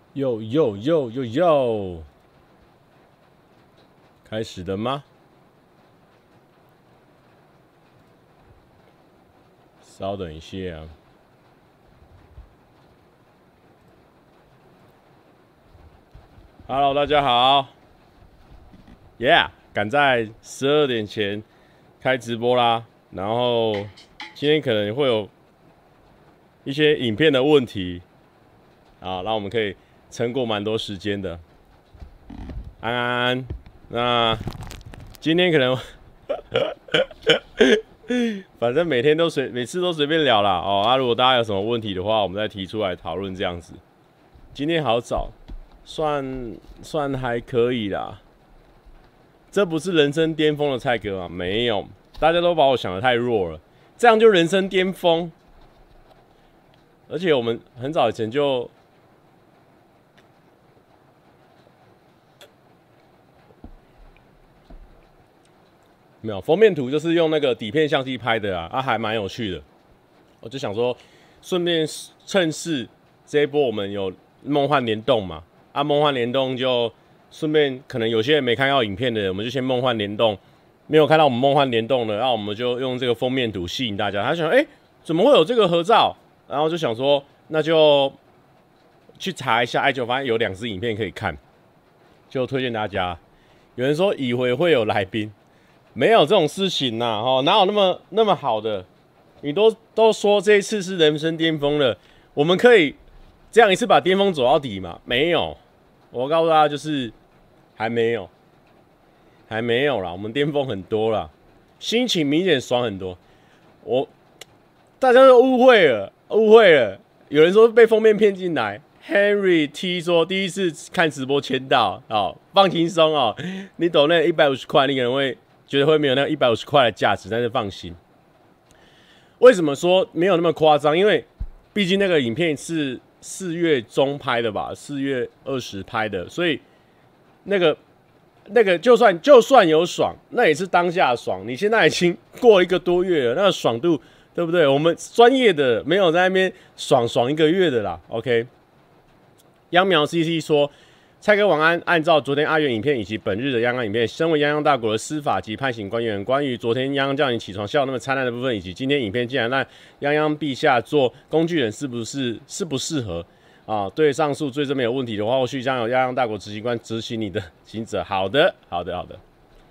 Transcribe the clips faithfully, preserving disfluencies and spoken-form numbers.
哟哟哟哟哟，开始了吗？稍等一下啊。Hello， 大家好。Yeah， 赶在十二点前开直播啦。然后今天可能会有一些影片的问题啊，让我们可以撑过蛮多时间的。安安，那今天可能反正每天都随每次都随便聊啦哦。啊，如果大家有什么问题的话，我们再提出来讨论这样子。今天好早，算算还可以啦。这不是人生巅峰的蔡哥吗？没有，大家都把我想得太弱了，这样就人生巅峰。而且我们很早以前就没有封面图，就是用那个底片相机拍的啊，啊还蛮有趣的。我就想说，顺便趁势这一波我们有梦幻联动嘛，啊梦幻联动就顺便可能有些人没看到影片的，我们就先梦幻联动，没有看到我们梦幻联动的，然后我们就用这个封面图吸引大家。他想，哎、欸，怎么会有这个合照？然后就想说，那就去查一下，哎，就发现有两支影片可以看，就推荐大家。有人说以为会有来宾，没有这种事情呐、啊，哦，哪有那么那么好的？你都都说这一次是人生巅峰了，我们可以这样一次把巅峰走到底吗？没有，我告诉大家就是还没有，还没有啦，我们巅峰很多啦，心情明显爽很多。我大家都误会了，误会了，有人说被封面骗进来。Henry T 说第一次看直播签到，哦，放轻松哦，你抖那一百五十块，你可能会觉得会没有那一百五十块的价值，但是放心。为什么说没有那么夸张？因为毕竟那个影片是四月中拍的吧，四月二十拍的，所以那个那个就算就算有爽，那也是当下爽。你现在已经过一个多月了，那个爽度对不对？我们专业的没有在那边爽爽一个月的啦。OK， 央苗 C C 说。蔡哥晚安。按照昨天阿元影片以及本日的央央影片，身为泱泱大国的司法及判刑官员，关于昨天泱泱叫你起床笑那么灿烂的部分，以及今天影片竟然让泱泱陛下做工具人，是不是适不适合啊？对上述罪证没有问题的话，后续将有泱泱大国执行官执行你的刑责。好的，好的，好的。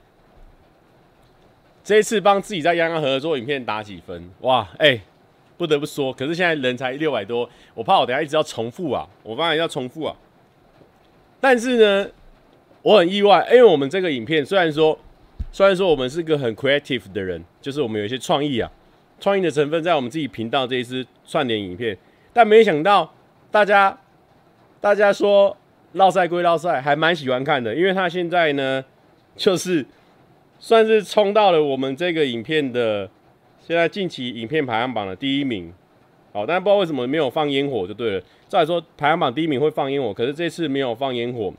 这一次帮自己在泱泱合作影片打几分？哇，哎、欸，不得不说，可是现在人才六百多，我怕我等一下一直要重复啊，我怕要重复啊。但是呢，我很意外，因为我们这个影片虽然说，虽然说我们是个很 creative 的人，就是我们有一些创意啊，创意的成分在我们自己频道这一支串联影片，但没想到大家大家说烙赛归烙赛，还蛮喜欢看的，因为他现在呢，就是算是冲到了我们这个影片的现在近期影片排行榜的第一名。好，但是不知道为什么没有放烟火就对了。照理说排行榜第一名会放烟火，可是这次没有放烟火。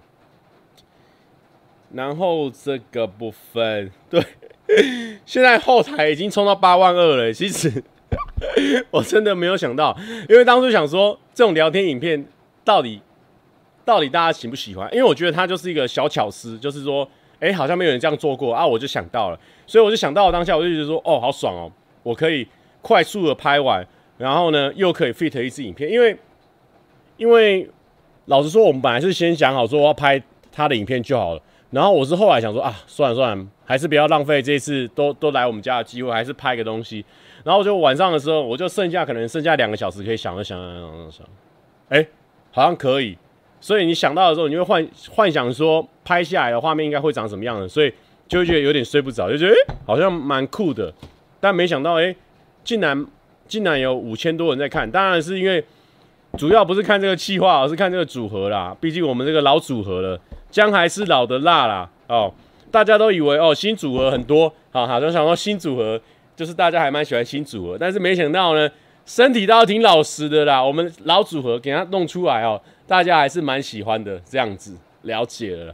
然后这个部分，对，现在后台已经冲到八万二了。其实我真的没有想到，因为当初想说这种聊天影片到底到底大家喜不喜欢？因为我觉得它就是一个小巧思，就是说，哎、欸，好像没有人这样做过啊，我就想到了，所以我就想到了当下，我就觉得说，哦，好爽哦，我可以快速的拍完。然后呢，又可以 fit 一支影片，因为因为老实说，我们本来是先想好说我要拍他的影片就好了。然后我是后来想说啊，算了算了，还是不要浪费这一次都都来我们家的机会，还是拍个东西。然后我就晚上的时候，我就剩下可能剩下两个小时可以想一想想想想，哎，好像可以。所以你想到的时候，你就会幻幻想说拍下来的画面应该会长什么样的，所以就会觉得有点睡不着，就觉得哎好像蛮酷的。但没想到哎，竟然。竟然有五千多人在看，当然是因为主要不是看这个企划，而是看这个组合啦。毕竟我们这个老组合了，姜还是老的辣啦。哦，大家都以为哦新组合很多，好好像想说新组合就是大家还蛮喜欢新组合，但是没想到呢，身体倒挺老实的啦。我们老组合给它弄出来哦，大家还是蛮喜欢的，这样子了解了。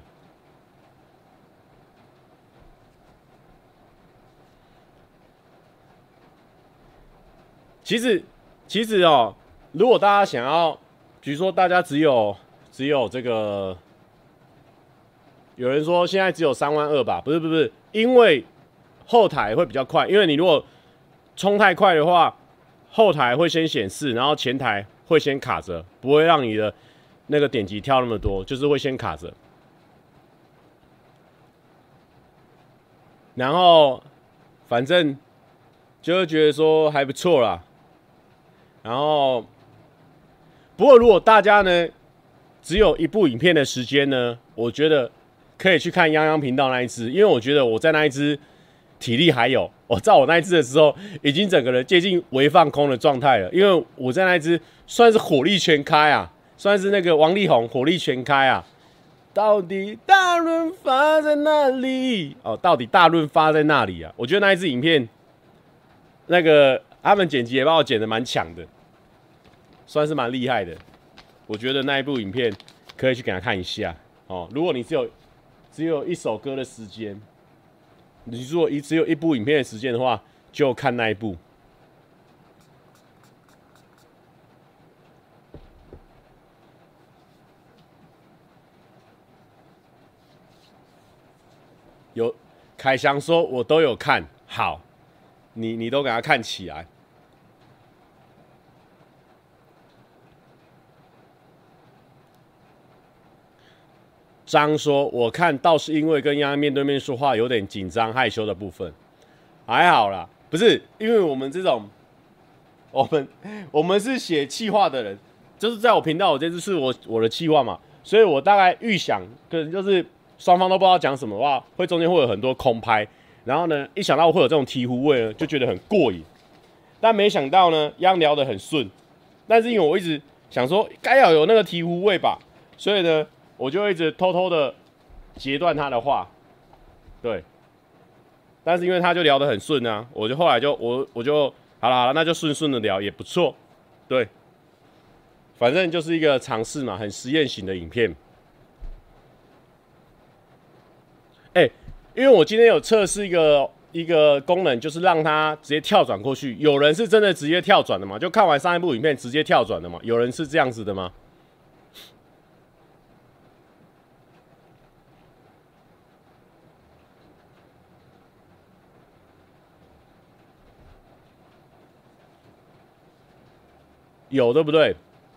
其实，其实哦，如果大家想要，比如说大家只有只有这个，有人说现在只有三万二吧？不是不是不是，因为后台会比较快，因为你如果冲太快的话，后台会先显示，然后前台会先卡着，不会让你的那个点击跳那么多，就是会先卡着。然后反正就会觉得说还不错啦。然后不过如果大家呢只有一部影片的时间呢，我觉得可以去看泱泱频道那一支，因为我觉得我在那一支体力还有，我在我那一支的时候已经整个人接近微放空的状态了，因为我在那一支算是火力全开啊，算是那个王力宏火力全开啊。到底大润发在哪里？哦，到底大润发在那里啊？我觉得那一支影片，那个他们剪辑也帮我剪得蛮强的，算是蛮厉害的。我觉得那一部影片可以去给他看一下哦。如果你只有只有一首歌的时间，你如果一只有一部影片的时间的话，就看那一部。有凯翔说，我都有看好，你你都给他看起来。张说，我看倒是因为跟泱泱面对面说话有点紧张害羞的部分，还好啦，不是因为我们这种，我们我们是写企划的人，就是在我频道，我这次是我我的企划嘛，所以我大概预想可能就是双方都不知道讲什么的话，会中间会有很多空拍，然后呢，一想到会有这种醍醐味呢，就觉得很过瘾。但没想到呢，央聊得很顺，但是因为我一直想说该要有那个醍醐味吧，所以呢，我就一直偷偷的截断他的话，对。但是因为他就聊得很顺啊，我就后来就我我就好了好了，那就顺顺的聊也不错，对。反正就是一个尝试嘛，很实验型的影片。哎、欸，因为我今天有测试一个一个功能，就是让它直接跳转过去。有人是真的直接跳转的吗？就看完上一部影片直接跳转的吗？有人是这样子的吗？有对不对？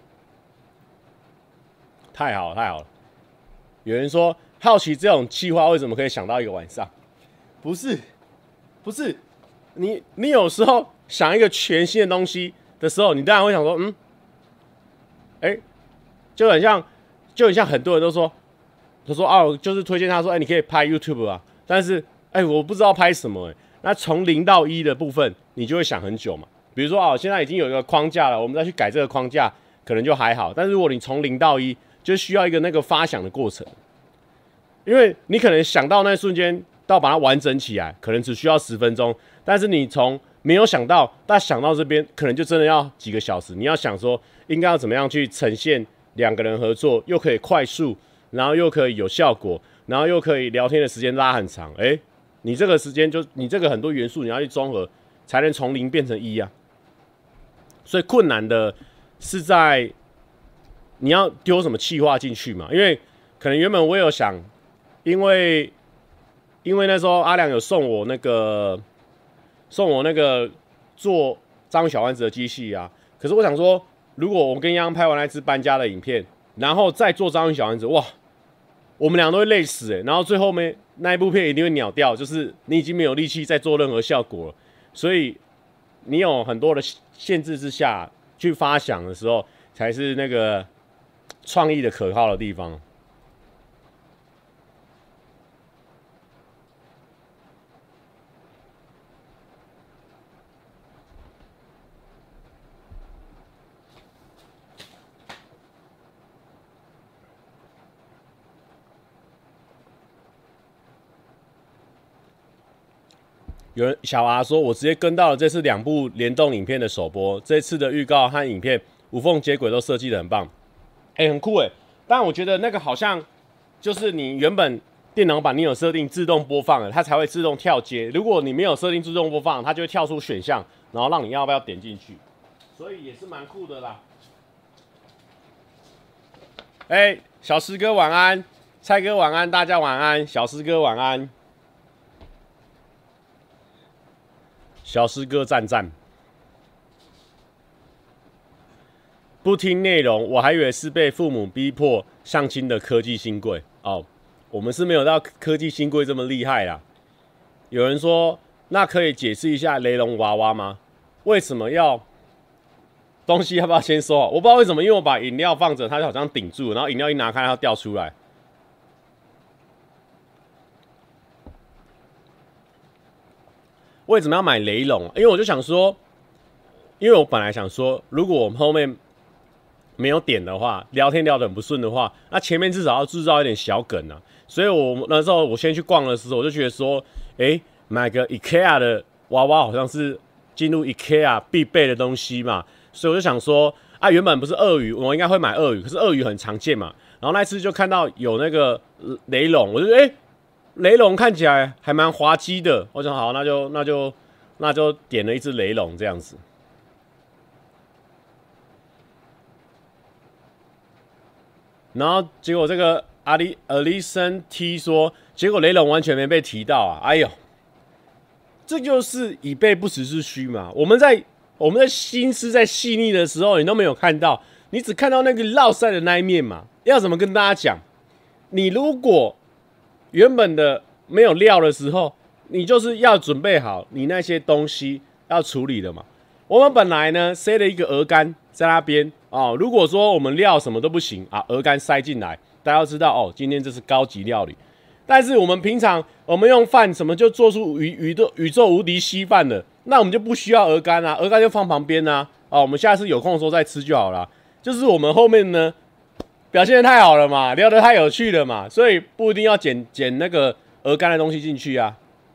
太好了太好了。有人说好奇这种企划为什么可以想到一个晚上？不是，不是，你你有时候想一个全新的东西的时候，你当然会想说，嗯，哎、欸，就很像，就很像很多人都说，他说哦，就是推荐他说，哎、欸，你可以拍 YouTube 啊，但是哎、欸，我不知道拍什么、欸，哎，那从零到一的部分，你就会想很久嘛。比如说哦，现在已经有一个框架了，我们再去改这个框架，可能就还好。但是如果你从零到一，就需要一个那个发想的过程，因为你可能想到那一瞬间到把它完整起来，可能只需要十分钟，但是你从没有想到到想到这边，可能就真的要几个小时。你要想说应该要怎么样去呈现两个人合作，又可以快速，然后又可以有效果，然后又可以聊天的时间拉很长。哎、欸，你这个时间就你这个很多元素你要去综合，才能从零变成一啊。所以困难的是在你要丢什么企划进去嘛？因为可能原本我有想，因为因为那时候阿良有送我那个送我那个做张小丸子的机器啊，可是我想说，如果我跟央拍完那支搬家的影片，然后再做章鱼小丸子，哇，我们俩都会累死哎、欸，然后最后面那一部片一定会鸟掉，就是你已经没有力气再做任何效果了，所以你有很多的限制之下去发想的时候，才是那个创意的可靠的地方。有人小阿说，我直接跟到了这次两部联动影片的首播，这次的预告和影片无缝接轨都设计的很棒，哎、欸，很酷哎、欸。但我觉得那个好像就是你原本电脑版你有设定自动播放了，它才会自动跳接。如果你没有设定自动播放，它就会跳出选项，然后让你要不要点进去，所以也是蛮酷的啦。 哎、欸，小师哥晚安，蔡哥晚安，大家晚安，小师哥晚安，小师哥赞赞。不听内容，我还以为是被父母逼迫相亲的科技新贵哦。我们是没有到科技新贵这么厉害啦。有人说，那可以解释一下雷龙娃娃吗？为什么要东西要不要先收好？我不知道为什么，因为我把饮料放着，它就好像顶住，然后饮料一拿开，它掉出来。为什么要买雷龙？因为我就想说，因为我本来想说，如果我们后面没有点的话，聊天聊得很不顺的话，那前面至少要制造一点小梗啊。所以我那时候我先去逛的时候，我就觉得说，哎、欸，买个 IKEA 的娃娃好像是进入 IKEA 必备的东西嘛，所以我就想说，啊，原本不是鳄鱼，我应该会买鳄鱼，可是鳄鱼很常见嘛。然后那次就看到有那个雷龙，我就哎、欸，雷龙看起来还蛮滑稽的，我想好，那就那就那就点了一只雷龙这样子。然后结果这个阿里阿里森 T 说，结果雷龙完全没被提到啊！哎呦，这就是以备不时之需嘛。我们在我们的心思在细腻的时候，你都没有看到，你只看到那个落塞的那一面嘛。要怎么跟大家讲？你如果原本的没有料的时候，你就是要准备好你那些东西要处理的嘛。我们本来呢塞了一个鹅肝在那边哦，如果说我们料什么都不行啊，鹅肝塞进来，大家要知道哦，今天这是高级料理。但是我们平常我们用饭什么就做出宇宇宙宇宙无敌稀饭了，那我们就不需要鹅肝啊，鹅肝就放旁边啊，哦，我们下次有空的时候再吃就好了。就是我们后面呢表现得太好了嘛，聊得太有趣了嘛，所以不一定要剪剪那个鹅肝的东西进去啊。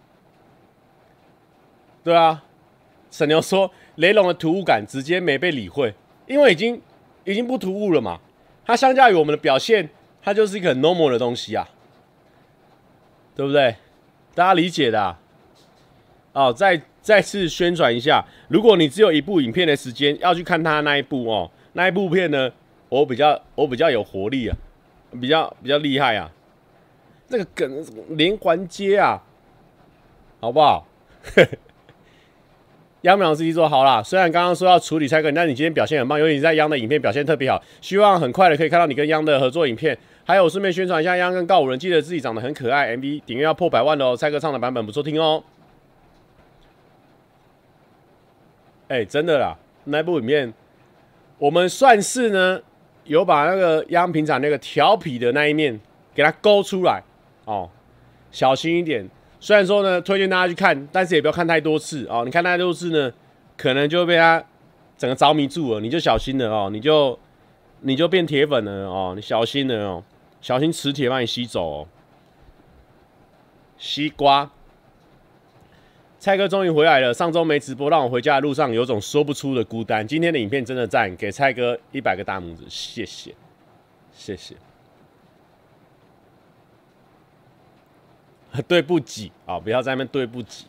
对啊，沈牛说雷龙的突兀感直接没被理会，因为已经已经不突兀了嘛。它相较于我们的表现，它就是一个很 normal 的东西啊，对不对？大家理解的啊。哦，再再次宣传一下，如果你只有一部影片的时间要去看它那一部哦，那一部片呢，我比较我比较有活力啊，比较比较厉害啊，这个梗连环接啊，好不好？央淼司机说好啦，虽然刚刚说要处理蔡哥，但你今天表现很棒，尤其你在央的影片表现特别好，希望很快的可以看到你跟央的合作影片。还有顺便宣传一下，央跟告五人记得自己长得很可爱 ，M V 点阅要破百万的哦，蔡哥唱的版本不错听哦。哎、欸，真的啦，那部影片我们算是呢有把那个央平常那个调皮的那一面给它勾出来哦，小心一点。虽然说呢，推荐大家去看，但是也不要看太多次哦。你看太多次呢，可能就会被他整个着迷住了，你就小心了哦，你就你就变铁粉了哦，你小心了哦，小心磁铁把你吸走哦。西瓜，蔡哥终于回来了，上周没直播，让我回家的路上有种说不出的孤单。今天的影片真的赞，给蔡哥一百个大拇指，谢谢，谢谢。对不起啊、哦，不要在那边对不起。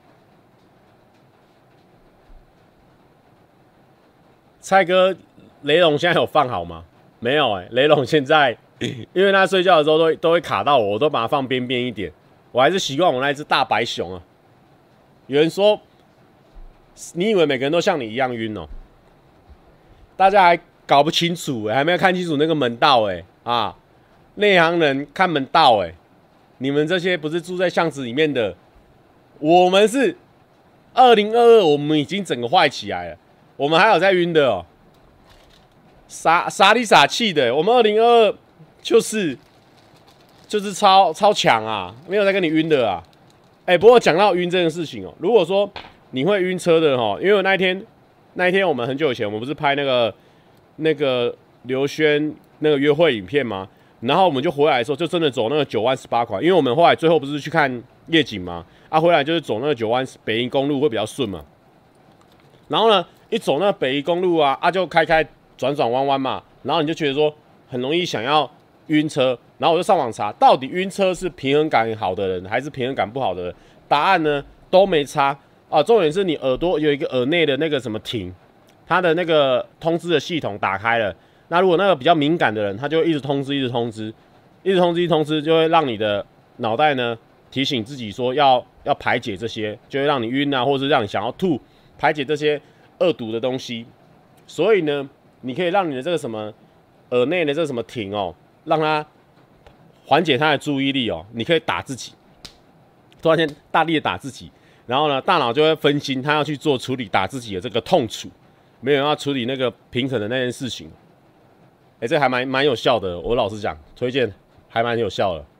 蔡哥，雷龙现在有放好吗？没有哎、欸，雷龙现在因为他睡觉的时候都会都会卡到我，我都把它放边边一点。我还是习惯我那一只大白熊啊。有人说，你以为每个人都像你一样晕哦？大家还搞不清楚哎、欸，还没有看清楚那个门道哎、欸、啊！内行人看门道哎、欸。你们这些不是住在巷子里面的，我们是二零二二，我们已经整个坏起来了，我们还有在晕的哦，傻傻里傻气的，我们二零二二就是就是超超强啊，没有在跟你晕的啊。哎、欸，不过讲到晕这件事情哦，如果说你会晕车的哦，因为我那一天那一天我们很久以前，我们不是拍那个那个刘轩那个约会影片吗？然后我们就回来的时候，就真的走那个九弯十八款，因为我们后来最后不是去看夜景吗？啊，回来就是走那个九弯北宜公路会比较顺嘛。然后呢，一走那个北宜公路啊，啊就开开转转弯弯嘛，然后你就觉得说很容易想要晕车，然后我就上网查，到底晕车是平衡感好的人还是平衡感不好的人？答案呢都没差啊，重点是你耳朵有一个耳内的那个什么停，它的那个通知的系统打开了。 那如果那个比较敏感的人，他就会一直通知，一直通知，一直通知，一直通知，就会让你的脑袋呢提醒自己说要要排解这些，就会让你晕啊，或是让你想要吐，排解这些恶毒的东西。所以呢，你可以让你的这个什么耳内的这个什么挺哦，让它缓解他的注意力哦。你可以打自己，突然间大力的打自己，然后呢，大脑就会分心，他要去做处理打自己的这个痛楚，没有人要处理那个平衡的那件事情。哎、欸，这还蛮蛮有效的，我老实讲，推荐还蛮有效的。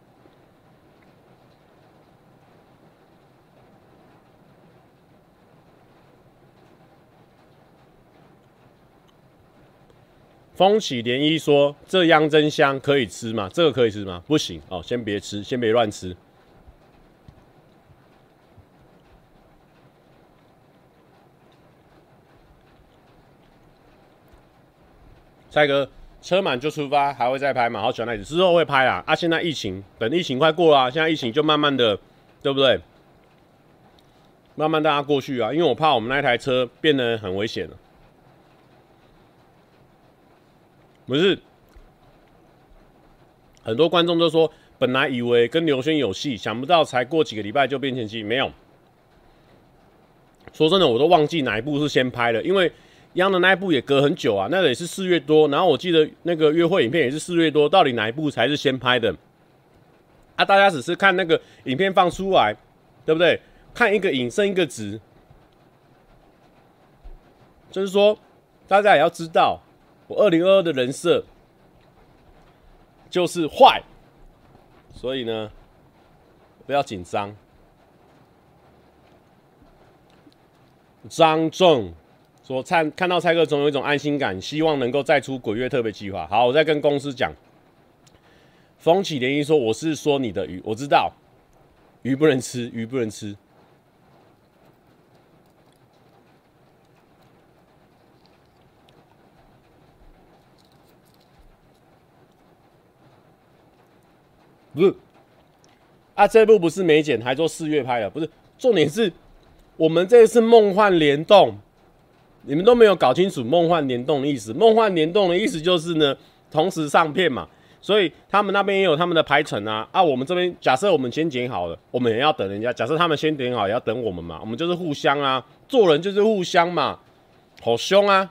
风起涟漪说：“这样真香，可以吃吗？这个可以吃吗？不行哦，先别吃，先别乱吃。”蔡哥，车满就出发，还会再拍吗？好喜欢那一集，之后会拍啊。啊，现在疫情，等疫情快过了、啊，现在疫情就慢慢的，对不对？慢慢大家过去啊，因为我怕我们那台车变得很危险了。不是，很多观众都说，本来以为跟刘轩有戏，想不到才过几个礼拜就变前妻，没有。说真的，我都忘记哪一部是先拍的，因为央的那一部也隔很久啊，那个也是四月多，然后我记得那个约会影片也是四月多，到底哪一部才是先拍的？啊，大家只是看那个影片放出来，对不对？看一个影胜一个值，就是说大家也要知道，我二零二二的人设就是坏，所以呢，不要紧张。张仲说看看到蔡哥总有一种安心感，希望能够再出鬼月特别计划。好，我再跟公司讲。风起涟漪说我是说你的鱼，我知道鱼不能吃，鱼不能吃。不是啊，这部不是没剪，还说四月拍的，不是。重点是我们这次梦幻联动。你们都没有搞清楚梦幻联动的意思。梦幻联动的意思就是呢，同时上片嘛，所以他们那边也有他们的排程啊。啊，我们这边假设我们先剪好了，我们也要等人家。假设他们先剪好，也要等我们嘛。我们就是互相啊，做人就是互相嘛。好凶啊！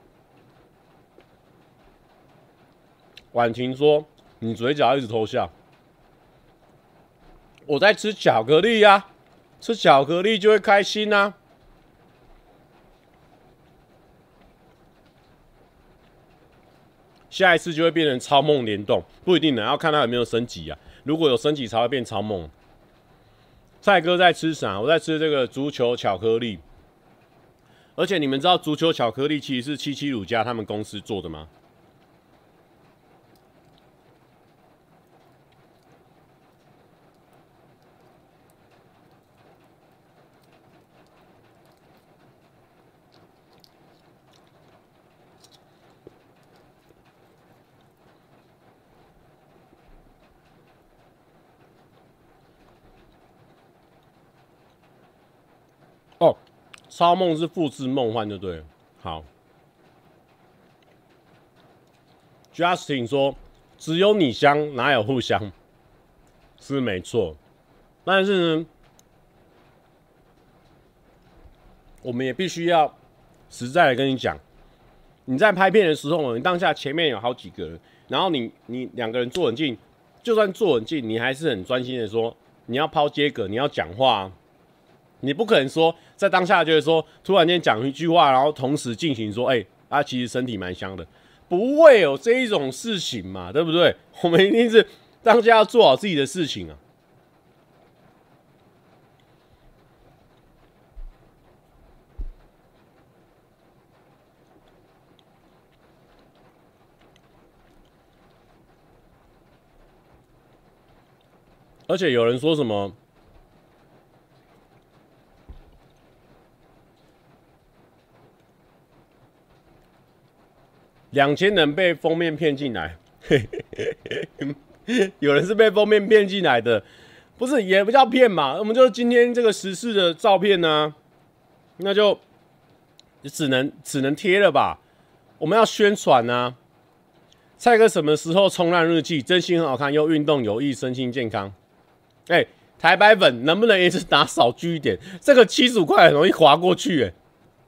婉晴说：“你嘴角一直偷笑。”我在吃巧克力啊，吃巧克力就会开心啊。下一次就会变成超梦联动，不一定呢，要看它有没有升级啊。如果有升级，才会变超梦。蔡哥在吃啥？我在吃这个足球巧克力。而且你们知道足球巧克力其实是七七乳加他们公司做的吗？哦，超梦是复制梦幻就对了。好 ，Justin 说只有你香，哪有互相？是没错，但是呢，我们也必须要实在的跟你讲，你在拍片的时候，你当下前面有好几个人，然后你你两个人坐很近，就算坐很近，你还是很专心的说你要抛接梗，你要讲话、啊。你不可能说在当下就是说突然间讲一句话，然后同时进行说，哎、欸，啊，其实身体蛮香的，不会有这一种事情嘛，对不对？我们一定是当下要做好自己的事情啊。而且有人说什么？两千人被封面骗进来，有人是被封面骗进来的，不是也不叫骗嘛？我们就今天这个时事的照片呢、啊，那就只能只能贴了吧？我们要宣传啊， 蔡哥什么时候冲浪日记？真心很好看，又运动有益，身心健康。哎、欸，台白粉能不能一直拿少聚一点？这个七十五块很容易滑过去、欸。哎，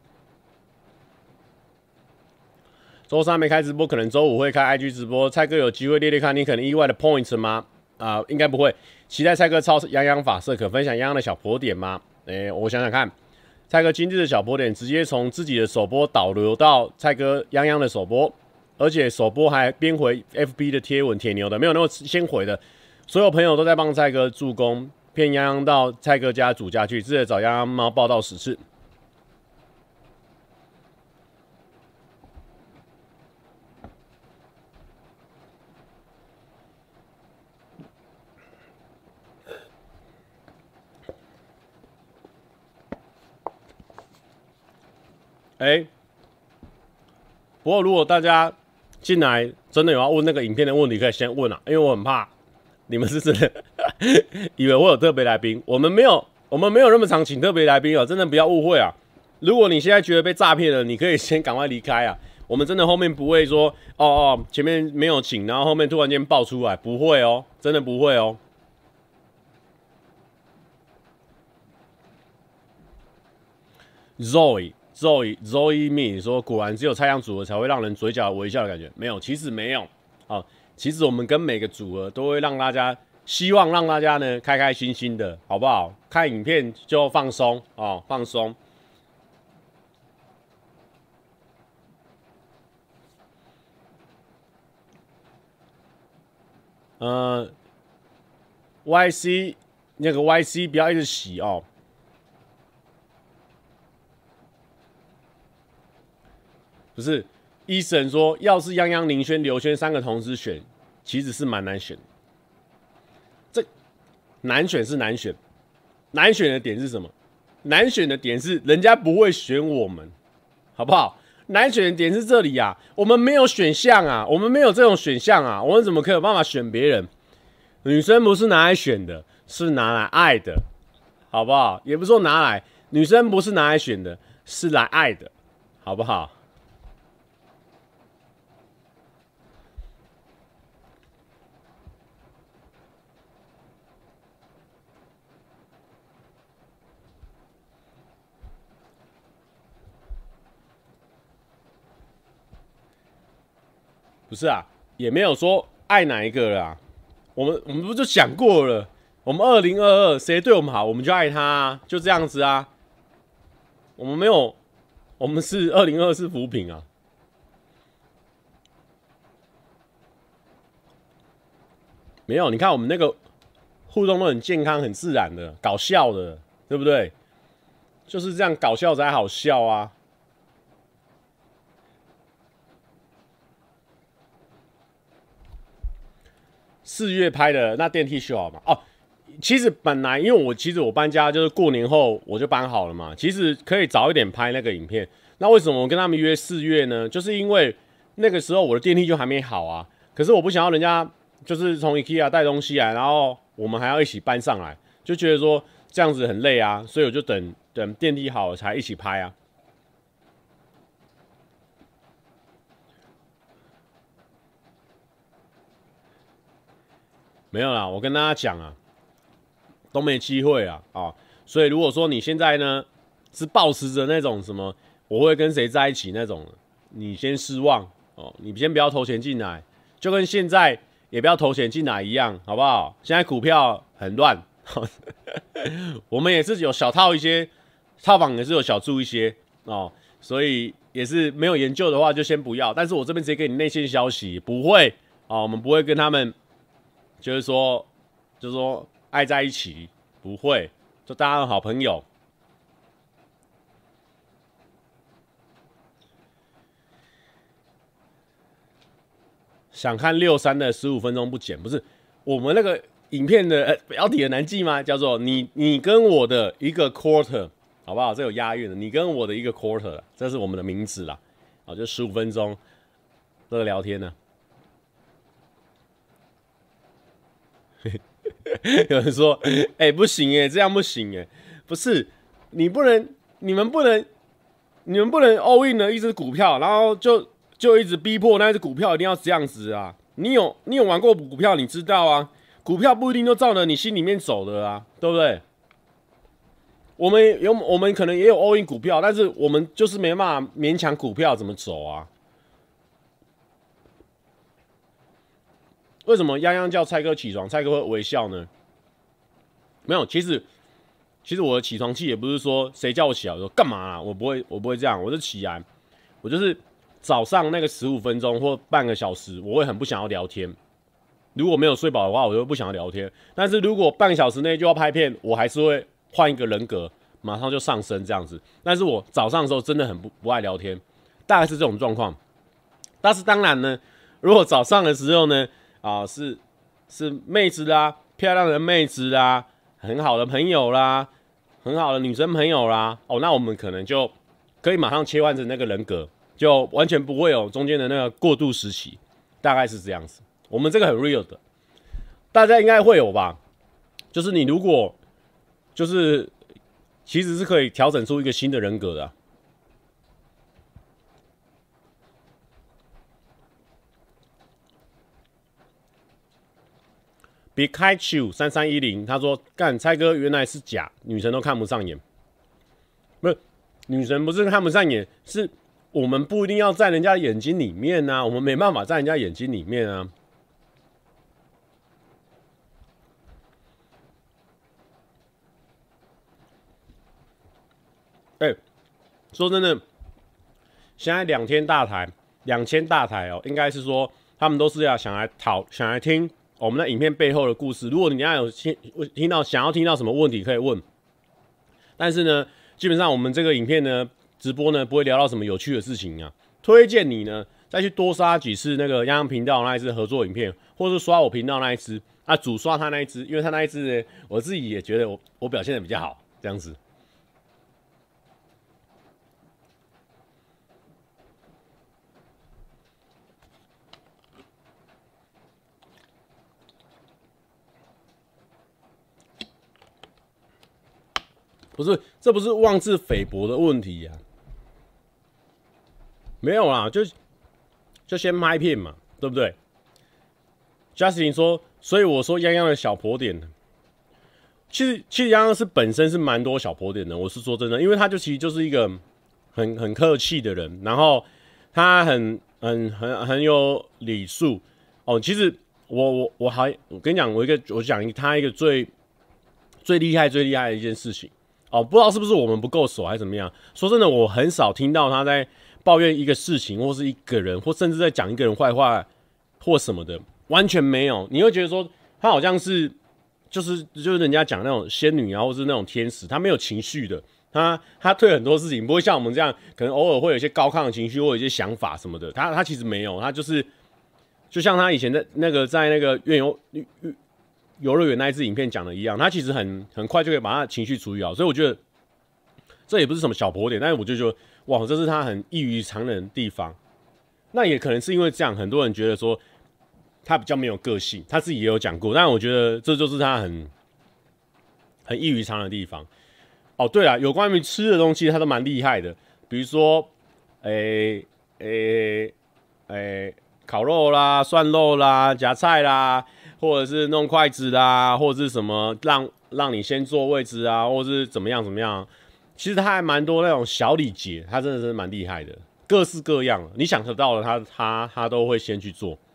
周三没开直播，可能周五会开 I G 直播。蔡哥有机会列列看你可能意外的 points 吗？啊、呃，应该不会。期待蔡哥超洋洋法色，可分享洋洋的小婆点吗？哎、欸，我想想看，蔡哥今日的小婆点直接从自己的首播导流到蔡哥洋洋的首播。而且首播还边回 F B 的贴文，铁牛的没有那么先回的，所有朋友都在帮蔡哥助攻，骗泱泱到蔡哥家主家去，记得找泱泱猫报道十次。哎、欸，不过如果大家进来真的有要问那个影片的问题，可以先问啊，因为我很怕你们是真的以为会有特别来宾，我们没有，我们没有那么常请特别来宾啊，真的不要误会啊。如果你现在觉得被诈骗了，你可以先赶快离开啊。我们真的后面不会说哦哦，前面没有请，然后后面突然间爆出来，不会哦，真的不会哦。Zoe。Zoe Zoe Me 说，果然只有蔡阳组合才会让人嘴角微笑的感觉，没有，其实没有啊。其实我们跟每个组合都会让大家，希望让大家呢开开心心的，好不好？看影片就放松哦，放松。呃 ，Y C 那个 Y C 不要一直洗哦。不是，医生说，要是泱泱、林轩、刘轩三个同时选，其实是蛮难选的。这难选是难选，难选的点是什么？难选的点是人家不会选我们，好不好？难选的点是这里啊，我们没有选项啊，我们没有这种选项啊，我们怎么可以有办法选别人？女生不是拿来选的，是拿来爱的，好不好？也不是说拿来，女生不是拿来选的，是来爱的，好不好？不是啊，也没有说爱哪一个啦、啊。我们我们不就讲过了？我们二零二二谁对我们好，我们就爱他啊，就这样子啊。我们没有，我们是二零二二是扶贫啊。没有，你看我们那个互动都很健康、很自然的，搞笑的，对不对？就是这样搞笑才好笑啊。四月拍的那电梯修好吗？哦，其实本来因为我其实我搬家就是过年后我就搬好了嘛，其实可以早一点拍那个影片。那为什么我跟他们约四月呢？就是因为那个时候我的电梯就还没好啊，可是我不想要人家就是从 IKEA 带东西来，然后我们还要一起搬上来，就觉得说这样子很累啊，所以我就等等电梯好了才一起拍啊。没有啦，我跟大家讲啊，都没机会啊啊！所以如果说你现在呢是抱持着那种什么我会跟谁在一起那种，你先失望哦，你先不要投钱进来，就跟现在也不要投钱进来一样，好不好？现在股票很乱，我们也是有小套一些，套房也是有小注一些哦，所以也是没有研究的话就先不要。但是我这边直接给你内线消息，不会哦，我们不会跟他们。就是说，就是说爱在一起，不会，就大家的好朋友。想看六三的十五分钟不剪，不是我们那个影片的、呃、标题很难记吗？叫做你你跟我的一个 quarter， 好不好？这有押韵的，你跟我的一个 quarter， 这是我们的名字啦，啊，就十五分钟这个聊天呢。有人说：“哎、欸，不行哎、欸，这样不行哎、欸，不是你不能，你们不能，你们不能 all in 了一只股票，然后就就一直逼迫那只股票一定要这样子啊。你有你有玩过股票，你知道啊，股票不一定都照着你心里面走的啊，对不对？我们有我们可能也有 all in 股票，但是我们就是没办法勉强股票怎么走啊。为什么泱泱叫蔡哥起床，蔡哥会微笑呢？没有，其实其实我的起床气也不是说谁叫我起来，我说干嘛啊？我不会，我不会这样，我就起来，我就是早上那个十五分钟或半个小时，我会很不想要聊天。如果没有睡饱的话，我就不想要聊天。但是如果半个小时内就要拍片，我还是会换一个人格，马上就上升这样子。但是我早上的时候真的很不不爱聊天，大概是这种状况。但是当然呢，如果早上的时候呢，啊、呃、是是妹子啦，漂亮的妹子啦，很好的朋友啦，很好的女生朋友啦，哦，那我们可能就可以马上切换成那个人格，就完全不会有中间的那个过渡时期，大概是这样子。我们这个很 real 的，大家应该会有吧？就是你如果就是其实是可以调整出一个新的人格的、啊。别开球三三一零，他说：“干蔡哥原来是假，女神都看不上眼。不是女神不是看不上眼，是我们不一定要在人家眼睛里面啊，我们没办法在人家眼睛里面啊。哎、欸，说真的，现在两千大台，两千大台哦，应该是说他们都是要想来讨，想来听。”我们的影片背后的故事，如果你家有听听到想要听到什么问题可以问，但是呢，基本上我们这个影片呢直播呢不会聊到什么有趣的事情啊。推荐你呢再去多刷几次那个泱泱频道那一支合作影片，或是刷我频道那一支啊，主刷他那一支，因为他那一支呢，我自己也觉得我我表现的比较好，这样子。不是，这不是妄自菲薄的问题呀、啊，没有啦，就就先拍片嘛，对不对 ？Justin 说，所以我说泱泱的小婆点，其实其实泱泱是本身是蛮多小婆点的，我是说真的，因为他就其实就是一个很很客气的人，然后他很很很很有礼数哦。其实我我我还我跟你讲，我一个我讲他一个最最厉害最厉害的一件事情。哦，不知道是不是我们不够熟还是怎么样？说真的，我很少听到他在抱怨一个事情，或是一个人，或甚至在讲一个人坏话或什么的，完全没有。你会觉得说他好像是就是就是人家讲那种仙女啊，或是那种天使，他没有情绪的，他他对很多事情不会像我们这样，可能偶尔会有一些高亢的情绪或有一些想法什么的。他他其实没有，他就是就像他以前在那个在那个院游。游乐园那一支影片讲的一样，他其实很很快就可以把他的情绪处理好，所以我觉得这也不是什么小婆点，但是我就觉得哇，这是他很异于常人的地方。那也可能是因为这样，很多人觉得说他比较没有个性，他自己也有讲过，但我觉得这就是他很很异于常人的地方。哦，对了，有关于吃的东西，他都蛮厉害的，比如说，诶诶诶，烤肉啦、涮肉啦、夹菜啦。或者是弄筷子啦，或者是什么让让你先坐位置啊，或者是怎么样怎么样，其实他还蛮多那种小礼节，他真的是蛮厉害的，各式各样，你想得到的他他他都会先去做。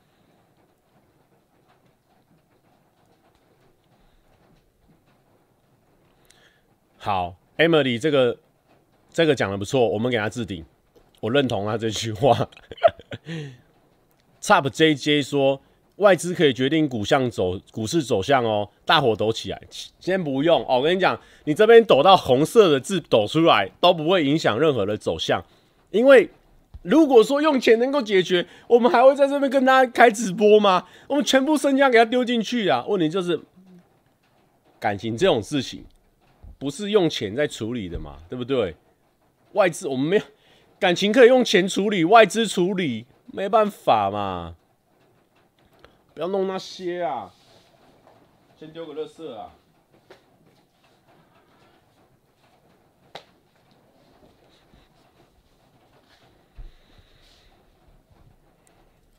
好 ，Emily 这个这个讲的不错，我们给他置顶，我认同他这句话。Top J J 说。外资可以决定股向走股市走向哦，大伙抖起来。先不用哦，我跟你讲，你这边抖到红色的字抖出来都不会影响任何的走向，因为如果说用钱能够解决，我们还会在这边跟大家开直播吗？我们全部身家给他丢进去啊！问题就是感情这种事情不是用钱在处理的嘛，对不对？外资我们没有感情可以用钱处理，外资处理没办法嘛。不要弄那些啊！先丢个垃圾啊！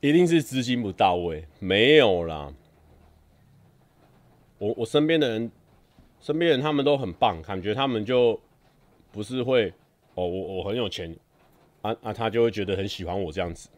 一定是资金不到位，没有啦。我我身边的人，身边人他们都很棒，感觉他们就不是会哦，我我很有钱啊啊，他就会觉得很喜欢我这样子。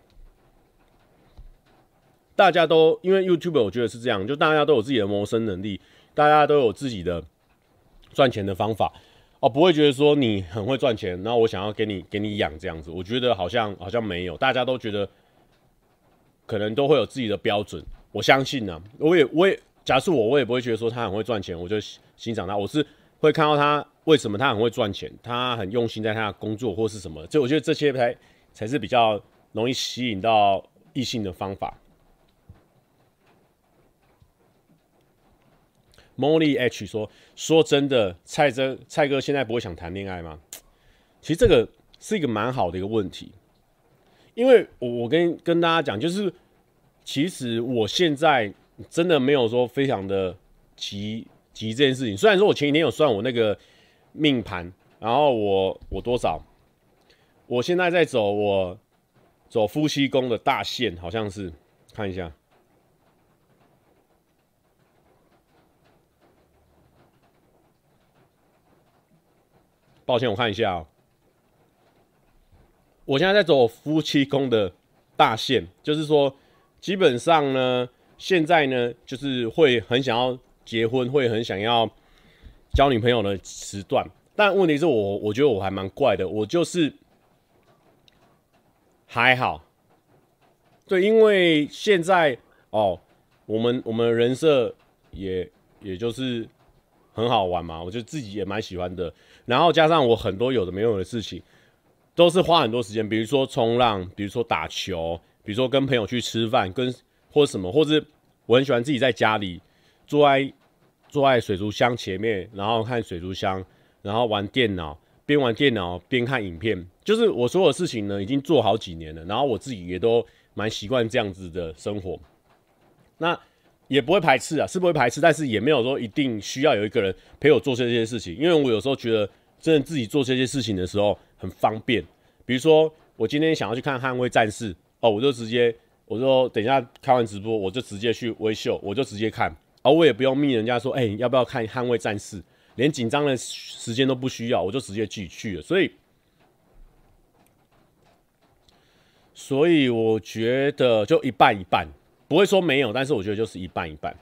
大家都因为 YouTube， 我觉得是这样，就大家都有自己的谋生能力，大家都有自己的赚钱的方法哦，不会觉得说你很会赚钱，然后我想要给你给你养这样子。我觉得好像好像没有，大家都觉得可能都会有自己的标准。我相信啊，我也我也假设我我也不会觉得说他很会赚钱，我就欣赏他。我是会看到他为什么他很会赚钱，他很用心在他的工作或是什么，就我觉得这些才才是比较容易吸引到异性的方法。Molly H 说：“说真的，蔡真蔡哥现在不会想谈恋爱吗？其实这个是一个蛮好的一个问题，因为我我跟跟大家讲，就是其实我现在真的没有说非常的急急这件事情。虽然说我前几天有算我那个命盘，然后我我多少，我现在在走我走夫妻宫的大线，好像是看一下。”抱歉，我看一下哦。我现在在走夫妻宫的大线，就是说，基本上呢，现在呢，就是会很想要结婚，会很想要交女朋友的时段。但问题是我，我觉得我还蛮怪的，我就是还好，对，因为现在哦，我们我们的人设也也就是很好玩嘛，我就自己也蛮喜欢的。然后加上我很多有的没有的事情，都是花很多时间，比如说冲浪，比如说打球，比如说跟朋友去吃饭，跟或者什么，或是我很喜欢自己在家里坐在坐在水族箱前面，然后看水族箱，然后玩电脑，边玩电脑边看影片，就是我所有事情呢已经做好几年了，然后我自己也都蛮习惯这样子的生活。那也不会排斥啊，是不会排斥，但是也没有说一定需要有一个人陪我做这些事情，因为我有时候觉得真的自己做这些事情的时候很方便。比如说我今天想要去看《捍卫战士》，哦，我就直接我说等一下开完直播，我就直接去微秀，我就直接看，而、哦、我也不用密人家说，哎、欸，要不要看《捍卫战士》，连紧张的时间都不需要，我就直接自己去了。所以，所以我觉得就一半一半。不会说没有，但是我觉得就是一半一半。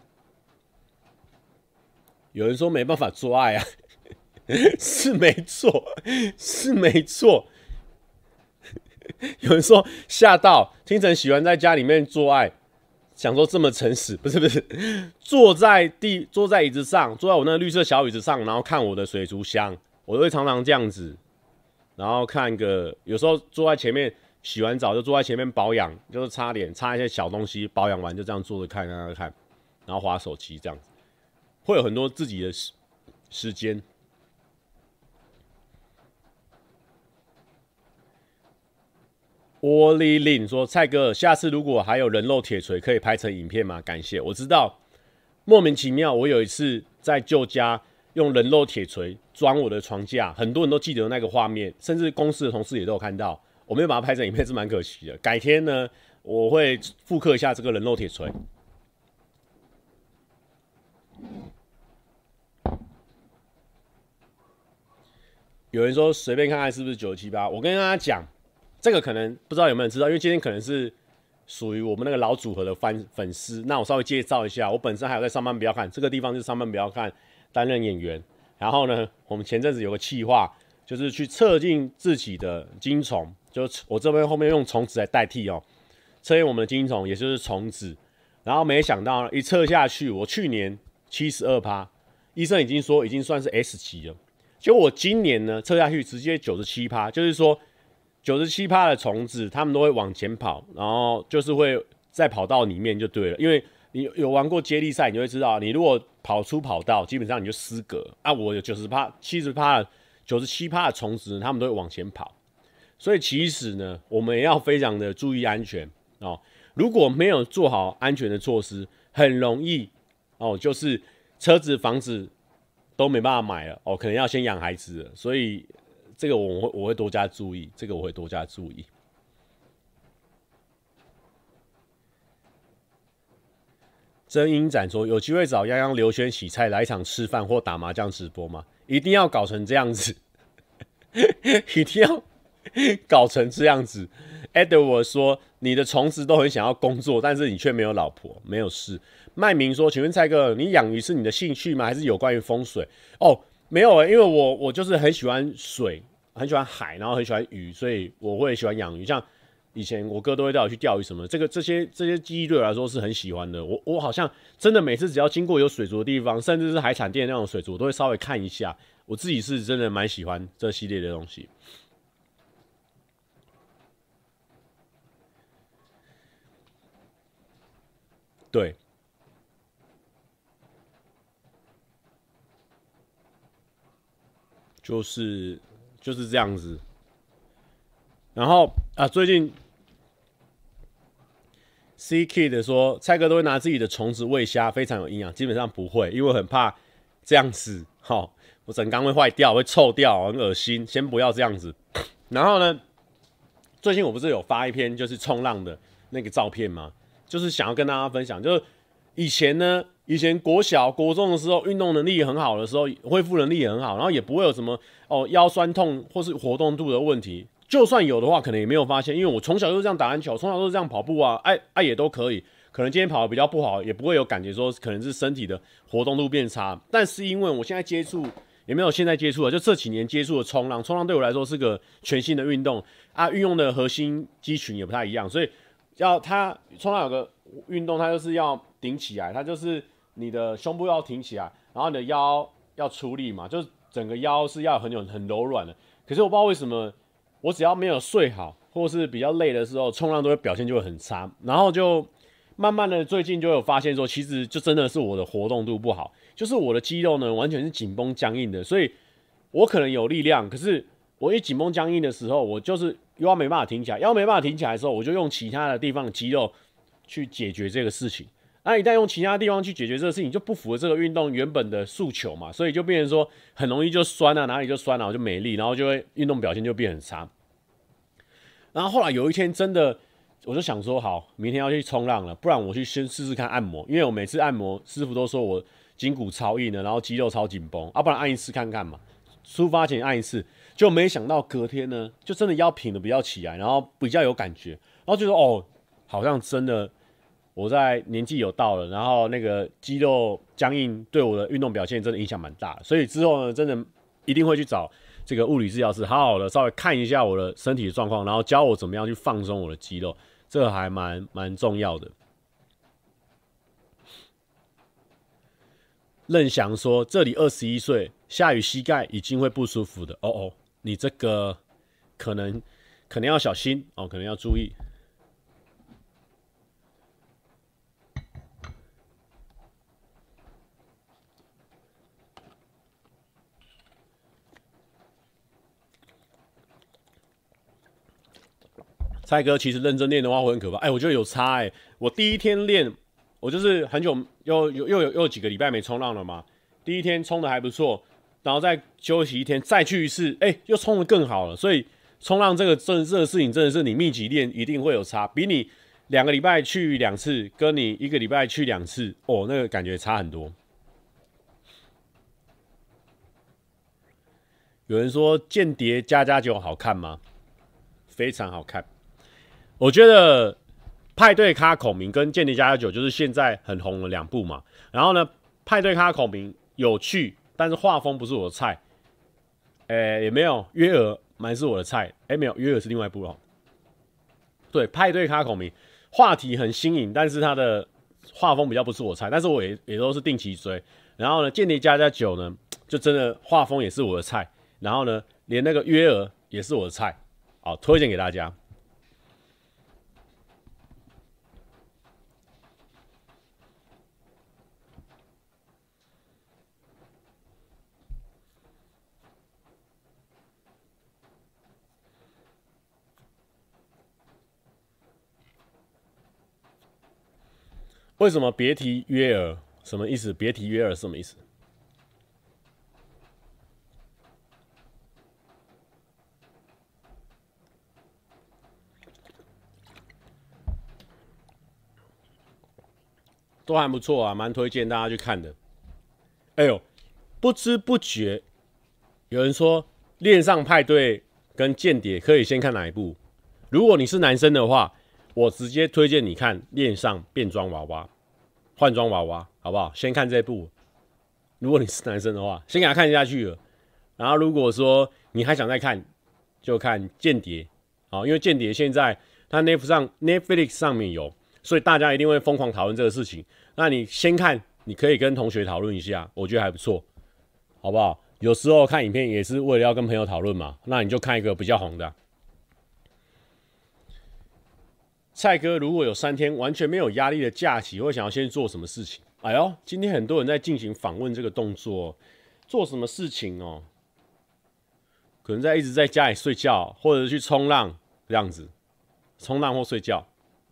有人说没办法做爱啊，是没错，是没错。有人说吓到，清晨喜欢在家里面做爱，想说这么诚实，不是不是，坐在地坐在椅子上，坐在我那个绿色小椅子上，然后看我的水族箱，我都会常常这样子，然后看个有时候坐在前面。洗完澡就坐在前面保养，就是擦脸、擦一些小东西，保养完就这样坐着看、看、看，然后滑手机这样子，会有很多自己的时时间。窝里令说：“蔡哥，下次如果还有人肉铁锤，可以拍成影片吗？感谢。我知道，莫名其妙，我有一次在旧家用人肉铁锤钻我的床架，很多人都记得那个画面，甚至公司的同事也都有看到。”我没有把它拍成影片是蛮可惜的，改天呢我会复刻一下这个人肉铁锤。有人说随便看看是不是九七八，我跟大家讲，这个可能不知道有没有人知道，因为今天可能是属于我们那个老组合的粉粉丝，那我稍微介绍一下，我本身还有在上班不要看这个地方就是上班不要看担任演员，然后呢，我们前阵子有个企划，就是去测进自己的精虫。就我这边后面用虫子来代替哦，测验我们的精虫，也就是虫子。然后没想到一测下去，我去年 百分之七十二， 医生已经说已经算是 S 级了。结果我今年呢测下去直接 百分之九十七， 就是说 百分之九十七 的虫子他们都会往前跑，然后就是会在跑道里面就对了。因为你有玩过接力赛，你就会知道，你如果跑出跑道，基本上你就失格啊。我有 百分之九十、七十、百分之九十七 的虫子，他们都会往前跑。所以其实呢，我们也要非常的注意安全哦。如果没有做好安全的措施，很容易哦，就是车子、房子都没办法买了哦，可能要先养孩子了。所以这个我会我会多加注意，这个我会多加注意。 真英展说，有机会找泱泱、刘轩、洗菜来一场吃饭或打麻将直播吗？一定要搞成这样子，一定要搞成这样子。Edward 说，你的虫子都很想要工作，但是你却没有老婆，没有事。麦明说，请问蔡哥，你养鱼是你的兴趣吗？还是有关于风水？哦，没有诶、欸，因为我我就是很喜欢水，很喜欢海，然后很喜欢鱼，所以我会喜欢养鱼。像以前我哥都会带我去钓鱼什么的，这个这些这些记忆对我来说是很喜欢的。我我好像真的每次只要经过有水族的地方，甚至是海产店那种水族，我都会稍微看一下。我自己是真的蛮喜欢这系列的东西。对，就是就是这样子。然后啊，最近 C Kid 说，蔡哥都会拿自己的虫子喂虾，非常有营养。基本上不会，因为我很怕这样子，哈，我整缸会坏掉，会臭掉，很恶心。先不要这样子。然后呢，最近我不是有发一篇就是冲浪的那个照片吗？就是想要跟大家分享，就是以前呢，以前国小、国中的时候，运动能力也很好的时候，恢复能力也很好，然后也不会有什么哦腰酸痛或是活动度的问题。就算有的话，可能也没有发现，因为我从小就是这样打篮球，从小都是这样跑步啊，哎、啊、哎、啊、也都可以。可能今天跑的比较不好，也不会有感觉说可能是身体的活动度变差。但是因为我现在接触，也没有现在接触了，就这几年接触的冲浪，冲浪对我来说是个全新的运动啊，运用的核心肌群也不太一样，所以要它冲浪有个运动，它就是要顶起来，它就是你的胸部要挺起来，然后你的腰要出力嘛，就是整个腰是要很有很柔软的。可是我不知道为什么，我只要没有睡好，或是比较累的时候，冲浪都会表现就会很差，然后就慢慢的最近就有发现说，其实就真的是我的活动度不好，就是我的肌肉呢完全是紧绷僵硬的，所以我可能有力量，可是我一紧绷僵硬的时候，我就是腰没办法挺起来，腰没办法挺起来的时候，我就用其他的地方的肌肉去解决这个事情。那一旦用其他地方去解决这个事情，就不符合这个运动原本的诉求嘛，所以就变成说很容易就酸啊，哪里就酸啊，我就没力，然后就会运动表现就变很差。然后后来有一天真的，我就想说，好，明天要去冲浪了，不然我去先试试看按摩，因为我每次按摩师傅都说我筋骨超硬的，然后肌肉超紧绷，啊，不然按一次看看嘛。出发前按一次，就没想到隔天呢，就真的腰挺的比较起来，然后比较有感觉，然后就说哦，好像真的我在年纪有到了，然后那个肌肉僵硬对我的运动表现真的影响蛮大的，所以之后呢，真的一定会去找这个物理治疗师，好好的稍微看一下我的身体的状况，然后教我怎么样去放松我的肌肉，这个还蛮蛮重要的。任翔说：“这里二十一岁，下雨膝盖已经会不舒服的。哦哦，你这个可能可能要小心哦，可能要注意。”蔡哥，其实认真练的话会很可怕。哎，我觉得有差哎、欸。我第一天练，我就是很久又又又有又有几个礼拜没冲浪了嘛。第一天冲的还不错，然后再休息一天，再去一次，哎、欸，又冲的更好了。所以冲浪这个这这个事情真的是你密集练一定会有差，比你两个礼拜去两次，跟你一个礼拜去两次，哦，那个感觉差很多。有人说《间谍加加九》好看吗？非常好看。我觉得派对咖孔明跟间谍加加九就是现在很红的两部嘛。然后呢，派对咖孔明有趣，但是画风不是我的菜。诶，也没有约尔蛮是我的菜。诶，没有约尔是另外一部哦。对，派对咖孔明话题很新颖，但是他的画风比较不是我菜。但是我也也都是定期追。然后呢，间谍加加九呢，就真的画风也是我的菜。然后呢，连那个约尔也是我的菜。好，推荐给大家。为什么别提约尔？什么意思？别提约尔什么意思？ 都还不错啊，蛮推荐大家去看的。哎呦，不知不觉有人说《恋上派对》跟《间谍》可以先看哪一部？如果你是男生的话，我直接推荐你看《恋上变装娃娃》、换装娃娃，好不好？先看这部。如果你是男生的话，先给他看下去了。然后如果说你还想再看，就看《间谍》啊，因为《间谍》现在它 Netflix 上 Netflix 上面有，所以大家一定会疯狂讨论这个事情。那你先看，你可以跟同学讨论一下，我觉得还不错，好不好？有时候看影片也是为了要跟朋友讨论嘛，那你就看一个比较红的啊。蔡哥如果有三天完全没有压力的假期，会想要先做什么事情？哎呦，今天很多人在进行访问这个动作，做什么事情哦？可能在一直在家里睡觉，或者去冲浪这样子，冲浪或睡觉。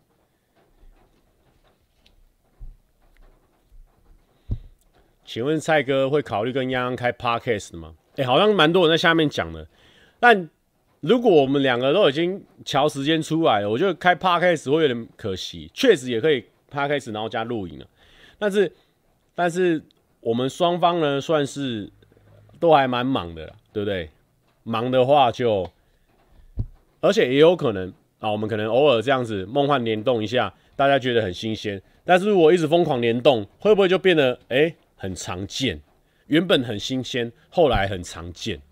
请问蔡哥会考虑跟泱泱开 podcast 吗？哎、欸，好像蛮多人在下面讲的。但如果我们两个都已经调时间出来了，我觉得开 podcast 会有点可惜。确实也可以 podcast 然后加录影了，但是但是我们双方呢算是都还蛮忙的啦，对不对？忙的话就，而且也有可能啊，我们可能偶尔这样子梦幻联动一下，大家觉得很新鲜。但是如果一直疯狂联动，会不会就变得哎、欸、很常见？原本很新鲜，后来很常见。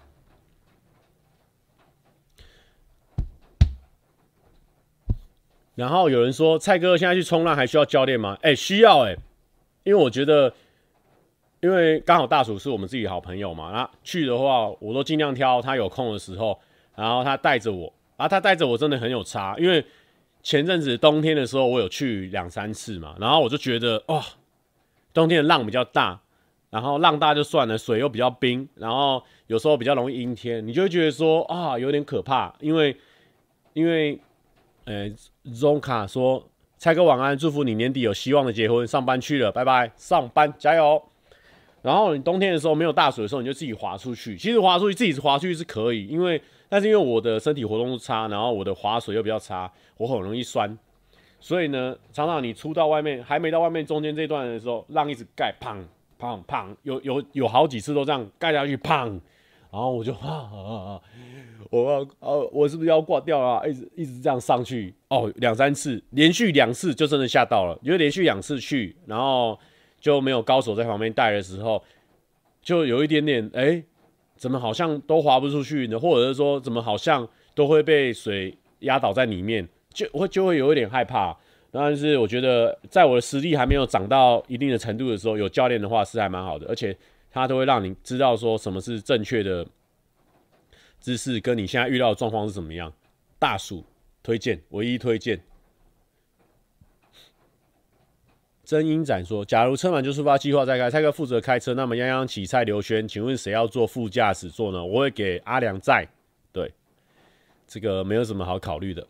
然后有人说，蔡哥现在去冲浪还需要教练吗？哎、欸，需要哎、欸，因为我觉得，因为刚好大厨是我们自己好朋友嘛，那去的话，我都尽量挑他有空的时候，然后他带着我，啊，他带着我真的很有差，因为前阵子冬天的时候，我有去两三次嘛，然后我就觉得哇、哦，冬天的浪比较大，然后浪大就算了，水又比较冰，然后有时候比较容易阴天，你就会觉得说啊，有点可怕，因为因为。呃 ，Zonka 说：“蔡哥晚安，祝福你年底有希望的结婚，上班去了，拜拜，上班加油。”然后你冬天的时候没有大水的时候，你就自己滑出去。其实滑出去自己滑出去是可以，因为但是因为我的身体活动度差，然后我的滑水又比较差，我很容易酸，所以呢，常常你出到外面还没到外面中间这段的时候，浪一直盖，砰砰砰，有有有好几次都这样盖下去，砰，然后我就啊啊啊。我要呃，我是不是要挂掉啊？一直一直这样上去哦，两三次，连续两次就真的吓到了。因为连续两次去，然后就没有高手在旁边带的时候，就有一点点哎、欸，怎么好像都滑不出去呢？或者是说怎么好像都会被水压倒在里面，就会就会有一点害怕。但是我觉得，在我的实力还没有长到一定的程度的时候，有教练的话是还蛮好的，而且他都会让你知道说什么是正确的姿势跟你现在遇到的状况是怎么样？大薯推荐，唯一推荐。真英展说：“假如车满就出发，计划再开，蔡哥负责开车，那么泱泱起蔡刘轩，请问谁要坐副驾驶座呢？我会给阿良载。对，这个没有什么好考虑的。”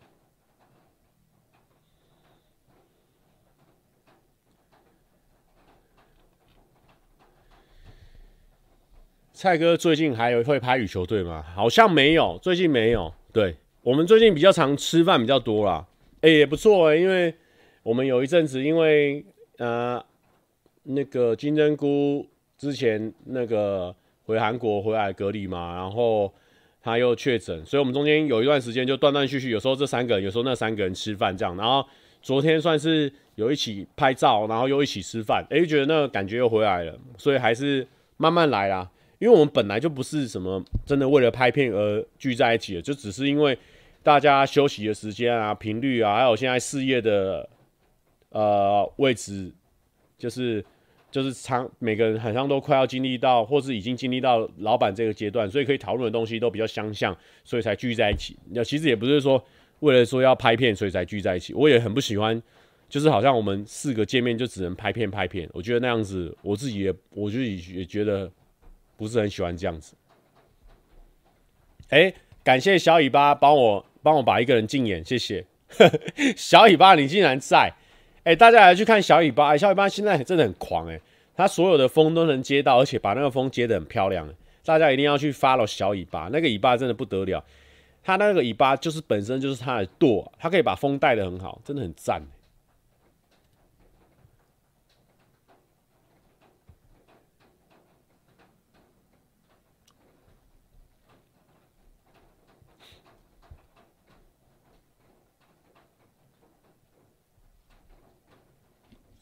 蔡哥最近还有会拍羽球队吗？好像没有，最近没有。对，我们最近比较常吃饭比较多啦。哎、欸，也不错哎、欸，因为我们有一阵子因为呃那个金针菇之前那个回韩国回来隔离嘛，然后他又确诊，所以我们中间有一段时间就断断续续，有时候这三个人，有时候那三个人吃饭这样。然后昨天算是有一起拍照，然后又一起吃饭，哎、欸，觉得那个感觉又回来了，所以还是慢慢来啦。因为我们本来就不是什么真的为了拍片而聚在一起的，就只是因为大家休息的时间啊、频率啊，还有现在事业的呃位置，就是就是常每个人好像都快要经历到，或是已经经历到老板这个阶段，所以可以讨论的东西都比较相像，所以才聚在一起。那其实也不是说为了说要拍片所以才聚在一起，我也很不喜欢，就是好像我们四个见面就只能拍片拍片，我觉得那样子我自己也我自己也觉得。不是很喜欢这样子。哎、欸，感谢小尾巴帮我帮我把一个人禁言，谢谢。小尾巴，你竟然在！哎、欸，大家来去看小尾巴，欸、小尾巴现在真的很狂哎、欸，他所有的风都能接到，而且把那个风接得很漂亮。大家一定要去 follow 小尾巴，那个尾巴真的不得了。他那个尾巴就是本身就是他的舵，他可以把风带得很好，真的很赞。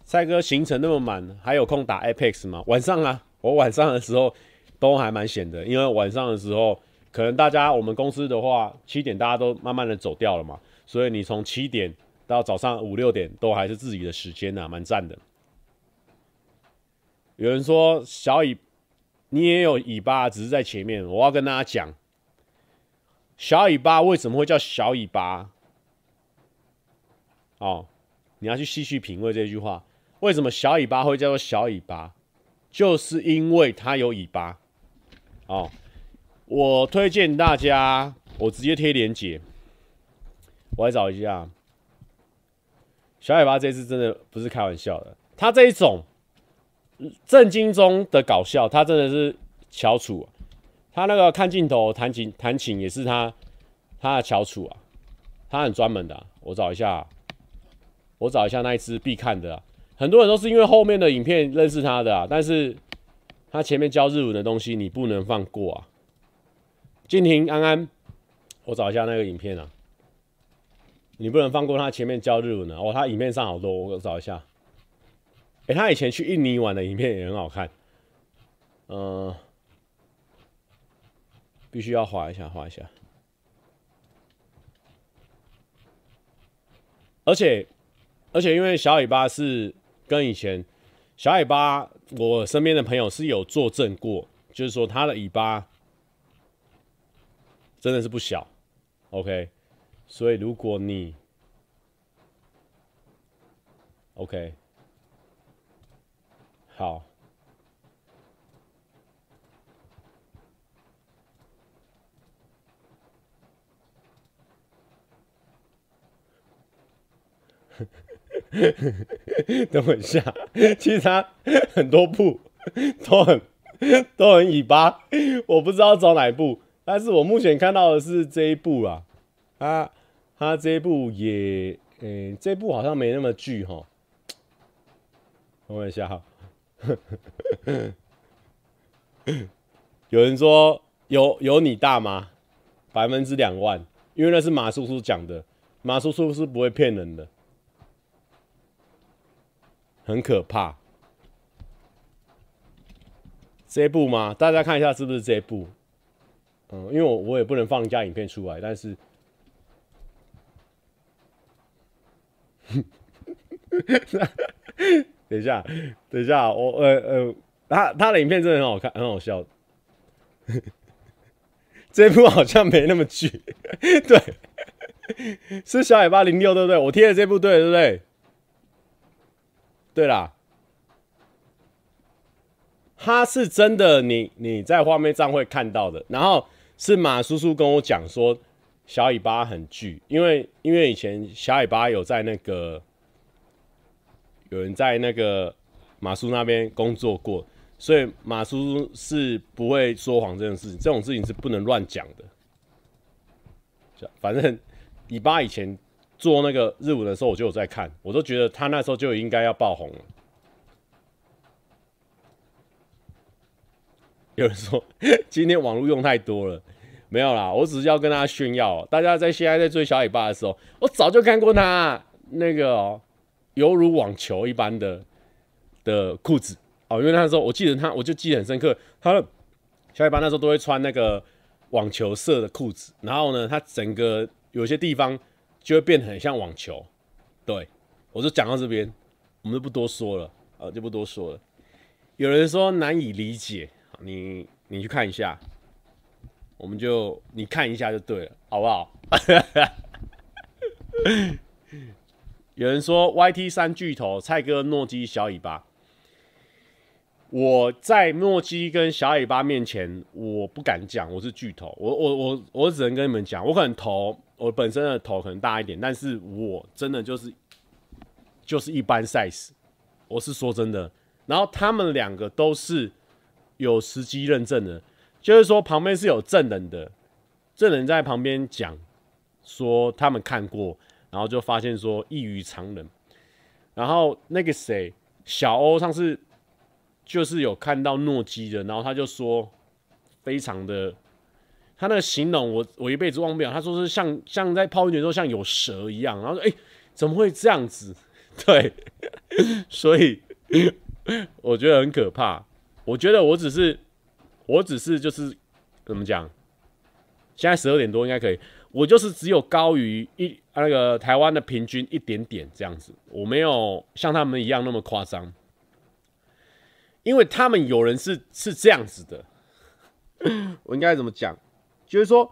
蔡哥行程那么满，还有空打 Apex 吗？晚上啊，我晚上的时候都还蛮闲的，因为晚上的时候，可能大家我们公司的话，七点大家都慢慢的走掉了嘛，所以你从七点到早上五六点都还是自己的时间呐、啊，蛮赞的。有人说小尾，你也有尾巴，只是在前面。我要跟大家讲，小尾巴为什么会叫小尾巴？哦，你要去细细品味这句话。为什么小尾巴会叫做小尾巴？就是因为它有尾巴。哦，我推荐大家，我直接贴连结。我来找一下，小尾巴这次真的不是开玩笑的。它这一种震惊中的搞笑，它真的是翘楚、啊。他那个看镜头弹琴弹琴也是他他的翘楚啊，他很专门的、啊。我找一下，我找一下那一支必看的、啊。很多人都是因为后面的影片认识他的啊，但是他前面教日文的东西你不能放过啊。静婷安安，我找一下那个影片啊，你不能放过他前面教日文的、啊、哦。他影片上好多，我找一下。哎、欸，他以前去印尼玩的影片也很好看，嗯、呃，必须要滑一下，滑一下。而且，而且因为小尾巴是。跟以前小尾巴，我身边的朋友是有作证过，就是说他的尾巴真的是不小 ，OK。所以如果你 OK 好，等我一下，其实他很多部都很都很尾巴，我不知道找哪一部，但是我目前看到的是这一部啦。他他这一部也，诶、欸，这一部好像没那么巨哈。等我一下哈，有人说有有你大吗？百分之两万，因为那是马叔叔讲的，马叔叔是不会骗人的。很可怕，这一部吗？大家看一下是不是这一部？嗯，因为我我也不能放人家影片出来，但是，等一下，等一下，我呃呃，他他的影片真的很好看，很好笑。这一部好像没那么剧，对，是小尾巴零六对不对？我贴的这部对对不对？对啦，他是真的你，你在画面上会看到的。然后是马叔叔跟我讲说，小尾巴很巨，因为因为以前小尾巴有在那个有人在那个马叔那边工作过，所以马叔是不会说谎这种事情，这种事情是不能乱讲的。反正尾巴以前做那个日文的时候，我就有在看，我都觉得他那时候就应该要爆红了。有人说今天网络用太多了，没有啦，我只是要跟大家炫耀，大家在现在在追小尾巴的时候，我早就看过他那个、哦、犹如网球一般的的裤子哦，因为那时候我记得他，我就记得很深刻，他的小尾巴那时候都会穿那个网球色的裤子，然后呢，他整个有些地方就会变得很像网球。对，我就讲到这边，我们就不多说了啊，就不多说了。有人说难以理解。你你去看一下，我们就你看一下就对了，好不好？有人说 Y T 三巨头蔡哥诺基小尾巴，我在诺基跟小尾巴面前，我不敢讲我是巨头，我我我我只能跟你们讲，我可能头我本身的头可能大一点，但是我真的就是就是一般 size， 我是说真的。然后他们两个都是。有实机认证的，就是说旁边是有证人的，证人在旁边讲说他们看过，然后就发现说异于常人。然后那个谁小欧上次就是有看到诺基的，然后他就说非常的，他那个形容我我一辈子忘不了，他说是像像在泡温泉的时候像有蛇一样，然后说哎、欸、怎么会这样子？ 对，所以我觉得很可怕。我觉得我只是，我只是就是怎么讲？现在十二点多应该可以。我就是只有高于一那个台湾的平均一点点这样子，我没有像他们一样那么夸张，因为他们有人是是这样子的。我应该怎么讲？就是说，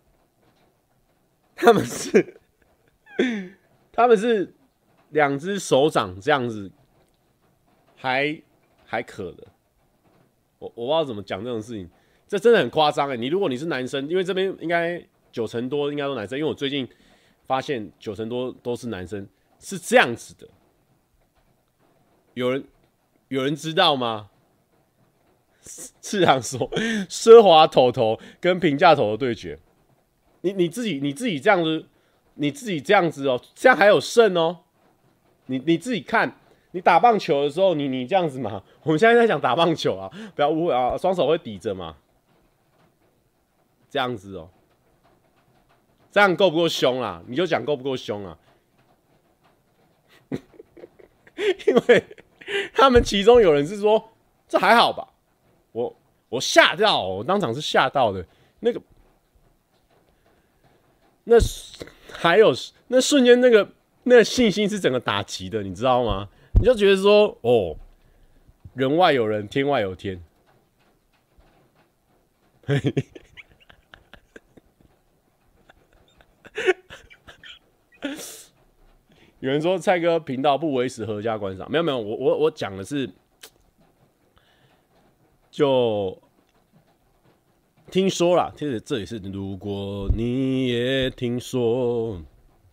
他们是他们是两只手掌这样子，还还可的。我我不知道怎么讲这种事情，这真的很夸张哎！你如果你是男生，因为这边应该九成多应该都男生，因为我最近发现九成多都是男生，是这样子的。有人有人知道吗？市场说，奢华头头跟平价头头对决，你你自己你自己这样子，你自己这样子哦，这样还有剩哦。你你自己看，你打棒球的时候，你你这样子嘛？我们现在在讲打棒球啊，不要误会啊，双手会抵着嘛，这样子哦，这样够不够凶啊？你就讲够不够凶啊？因为他们其中有人是说，这还好吧？我我吓到，我当场是吓到的。那个，那还有那瞬间那个那个信心是整个打击的，你知道吗？你就觉得说，哦，人外有人，天外有天。有人说蔡哥频道不维持合家观赏，没有没有，我我我讲的是，就听说啦，其实这也是如果你也听说，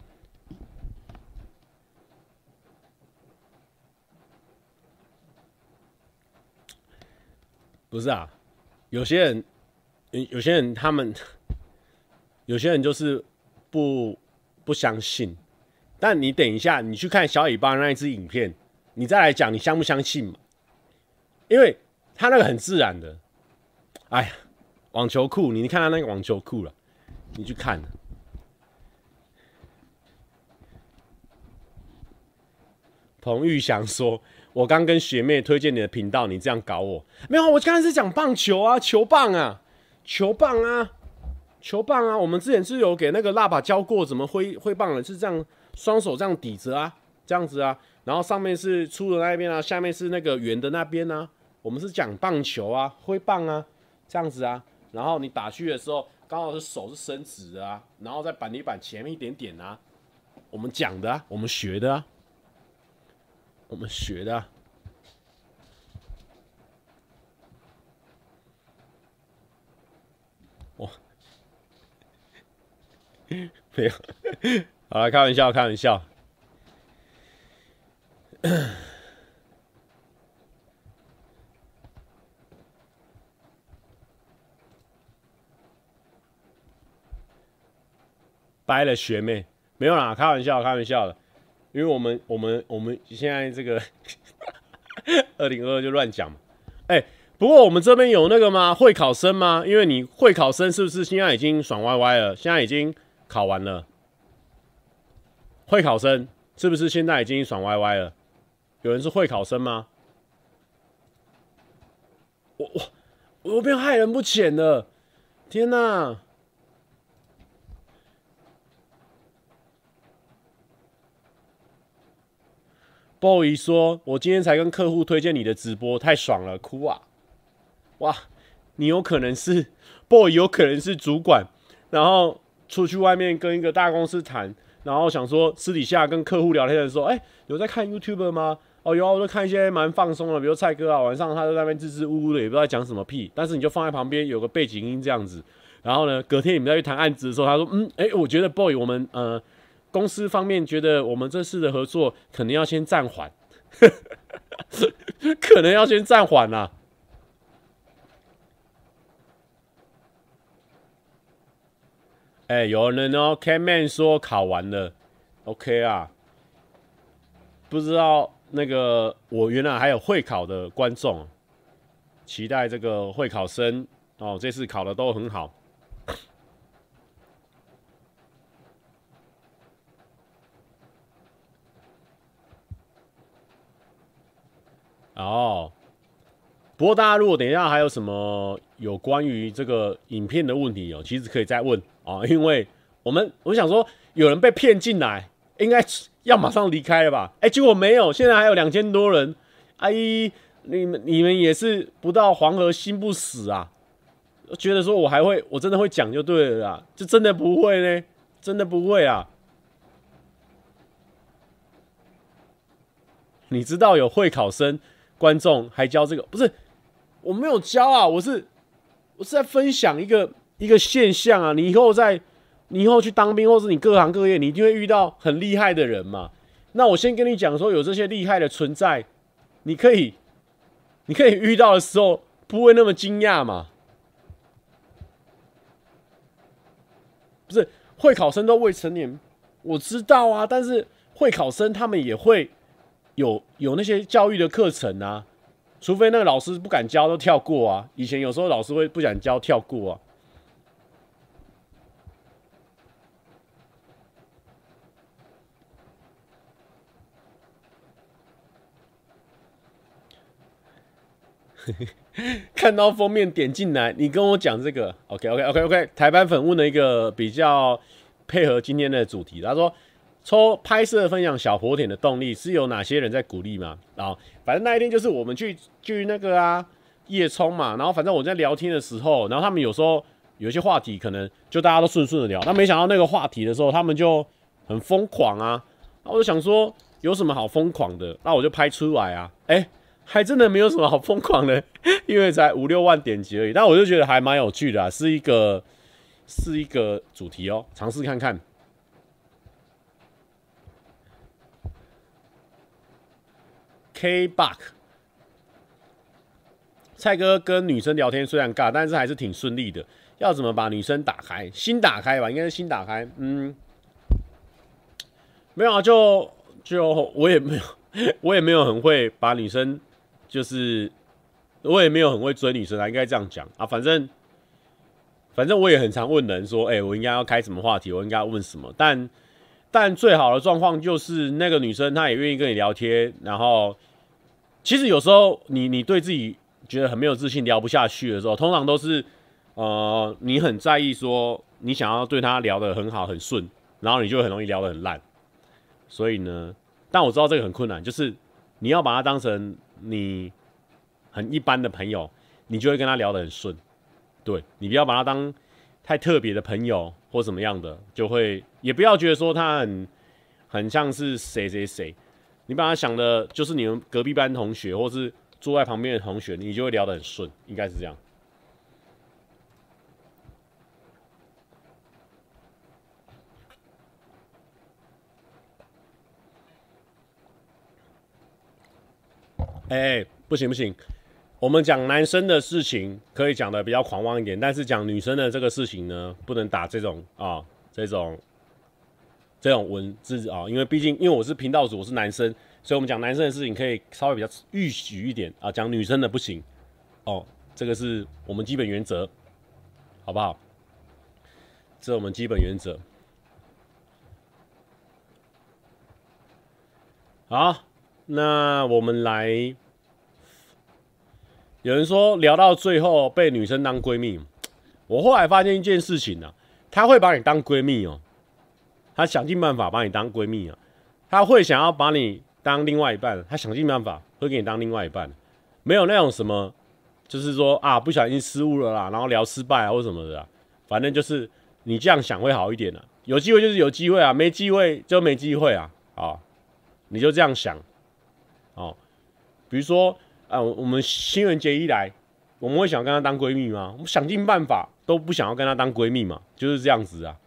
不是啊，有些人有些人他们有些人就是不不相信。但你等一下，你去看小尾巴那一支影片，你再来讲你相不相信嘛？因为他那个很自然的，哎呀，网球裤，你看他那个网球裤了，你去看。彭玉祥说：“我刚跟学妹推荐你的频道，你这样搞我，没有，我刚才是讲棒球啊，球棒啊，球棒啊，球棒啊，我们之前是有给那个辣爸教过怎么挥挥棒的，是这样。”双手这样抵着啊，这样子啊，然后上面是粗的那一边啊，下面是那个圆的那边啊。我们是讲棒球啊，挥棒啊，这样子啊。然后你打去的时候，刚好是手是伸直的啊，然后在板底板前面一点点啊。我们讲的啊，我们学的啊，我们学的啊。哦，没有。好了，开玩笑，开玩笑。掰了学妹，没有啦，开玩笑，开玩笑的。因为我们我们我们现在这个二零二二就乱讲嘛。哎、欸，不过我们这边有那个吗？会考生吗？因为你会考生是不是现在已经爽歪歪了？现在已经考完了。会考生是不是现在已经爽歪歪了？有人是会考生吗？我我我又变害人不浅了！天哪！ boy 说：“我今天才跟客户推荐你的直播，太爽了，哭啊！哇，你有可能是 boy， 有可能是主管，然后出去外面跟一个大公司谈，然后想说私底下跟客户聊天的时候，哎、欸，有在看 YouTube 吗？哦，有啊，我都看一些蛮放松的，比如蔡哥啊，晚上他在那边支支吾吾的，也不知道在讲什么屁，但是你就放在旁边有个背景音这样子，然后呢，隔天你们再去谈案子的时候，他说，嗯，哎、欸，我觉得 boy， 我们呃。”公司方面觉得我们这次的合作可能要先暂缓，可能要先暂缓啦。哎、欸，有人哦 ，Canman 说考完了 ，OK 啊。不知道那个我原来还有会考的观众，期待这个会考生哦，这次考的都很好。 哦，不过大家如果等一下还有什么有关于这个影片的问题哦，其实可以再问啊，因为我们我想说有人被骗进来，应该要马上离开了吧？哎、欸，结果没有，现在还有两千多人。阿姨，你们你们也是不到黄河心不死啊？觉得说我还会，我真的会讲就对了啦，就真的不会呢，真的不会啊。你知道有会考生观众还教这个？不是，我没有教啊，我是我是在分享一个一个现象啊。你以后在你以后去当兵，或是你各行各业，你一定会遇到很厉害的人嘛。那我先跟你讲说，有这些厉害的存在，你可以你可以遇到的时候，不会那么惊讶嘛。不是，会考生都未成年，我知道啊，但是会考生他们也会有有那些教育的课程啊，除非那个老师不敢教，都跳过啊。以前有时候老师会不敢教，跳过啊。看到封面点进来，你跟我讲这个 ，OK OK OK OK。台版粉问了一个比较配合今天的主题，他说抽拍摄分享小火点的动力是有哪些人在鼓励吗？然后反正那一天就是我们去去那个啊夜冲嘛，然后反正我在聊天的时候，然后他们有时候有一些话题可能就大家都顺顺的聊，那没想到那个话题的时候，他们就很疯狂啊，那我就想说有什么好疯狂的，那我就拍出来啊，哎、欸。还真的没有什么好疯狂的，因为才五六万点击而已。但我就觉得还蛮有趣的啊，是一个是一个主题哦，尝试看看。K Buck， 蔡哥跟女生聊天虽然尬，但是还是挺顺利的。要怎么把女生打开？心打开吧，应该是心打开。嗯，没有啊，就就我也没有，我也没有很会把女生。就是我也没有很会追女生啊，应该这样讲啊。反正反正我也很常问人说，哎、欸，我应该要开什么话题，我应该要问什么。但但最好的状况就是那个女生她也愿意跟你聊天，然后其实有时候你你对自己觉得很没有自信，聊不下去的时候，通常都是呃你很在意说你想要对她聊得很好很顺，然后你就很容易聊得很烂。所以呢，但我知道这个很困难，就是你要把她当成你很一般的朋友，你就会跟他聊得很顺。对，你不要把他当太特别的朋友或什么样的，就会也不要觉得说他很很像是谁谁谁，你把他想的就是你们隔壁班同学，或是坐在旁边的同学，你就会聊得很顺，应该是这样。哎、欸，不行不行，我们讲男生的事情可以讲的比较狂妄一点，但是讲女生的这个事情呢，不能打这种啊这种这种文字啊，因为毕竟因为我是频道主，我是男生，所以我们讲男生的事情可以稍微比较预许一点啊，讲女生的不行哦，这个是我们基本原则，好不好？这是我们基本原则。好。那我们来，有人说聊到最后被女生当闺蜜，我后来发现一件事情啊，她会把你当闺蜜哦，她想尽办法把你当闺蜜啊，她会想要把你当另外一半，她想尽办法会给你当另外一半，没有那种什么，就是说啊不小心失误了啦，然后聊失败啊或什么的啦，反正就是你这样想会好一点啊，有机会就是有机会啊，没机会就没机会啊，啊，你就这样想。哦，比如说，啊、呃，我们新人节一来，我们会想跟她当闺蜜吗？我们想尽办法都不想要跟她当闺蜜嘛，就是这样子啊。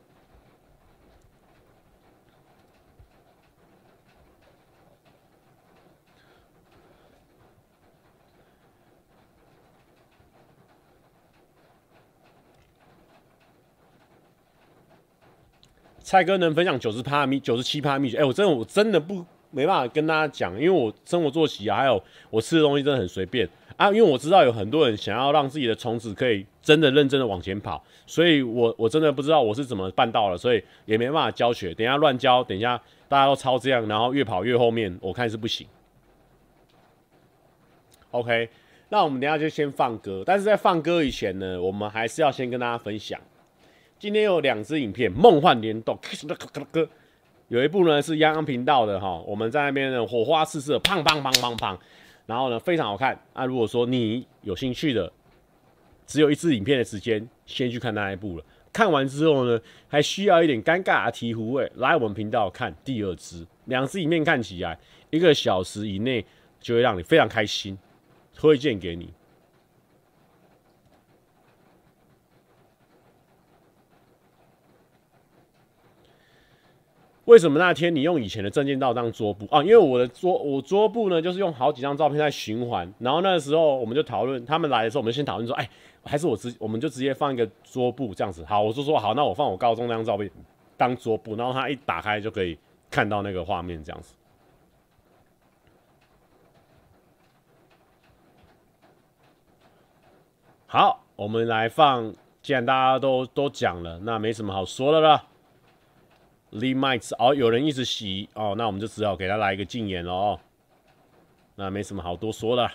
蔡哥能分享九十趴秘九十七趴秘诀，哎，我真的我真的不没办法跟大家讲，因为我生活作息啊，还有我吃的东西真的很随便啊。因为我知道有很多人想要让自己的虫子可以真的认真的往前跑，所以我我真的不知道我是怎么办到了，所以也没办法教学。等一下乱教，等一下大家都抄这样，然后越跑越后面，我看是不行。 OK， 那我们等一下就先放歌，但是在放歌以前呢，我们还是要先跟大家分享，今天有两支影片《梦幻联动》，有一部呢是央央频道的哈，我们在那边呢火花四射，砰砰砰砰砰，然后呢非常好看。那、啊、如果说你有兴趣的，只有一支影片的时间，先去看那一部了。看完之后呢，还需要一点尴尬的醍醐味，来我们频道看第二支。两支影片看起来一个小时以内就会让你非常开心，推荐给你。为什么那天你用以前的证件照当桌布啊？因为我的桌我桌布呢，就是用好几张照片在循环。然后那时候我们就讨论，他们来的时候，我们就先讨论说，哎，还是我直我们就直接放一个桌布这样子。好，我就说好，那我放我高中那张照片当桌布，然后它一打开就可以看到那个画面这样子。好，我们来放。既然大家都都讲了，那没什么好说的了。Lee Mites 哦，有人一直洗哦，那我们就只好给他来一个禁言了哦。那没什么好多说的。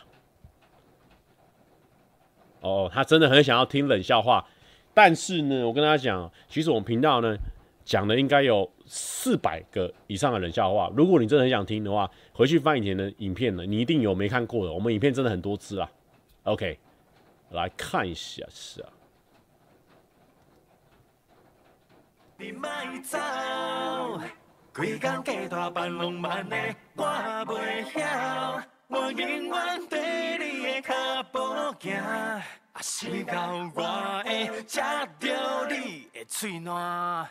哦，他真的很想要听冷笑话，但是呢，我跟大家讲，其实我们频道呢讲的应该有四百个以上的冷笑话。如果你真的很想听的话，回去翻以前的影片呢，你一定有没看过的。我们影片真的很多支啦。OK， 来看一下是啊。 你莫走，规工加大班浪漫的我袂晓，我永远对你的脚步行，啊是到我会食着你的嘴烂。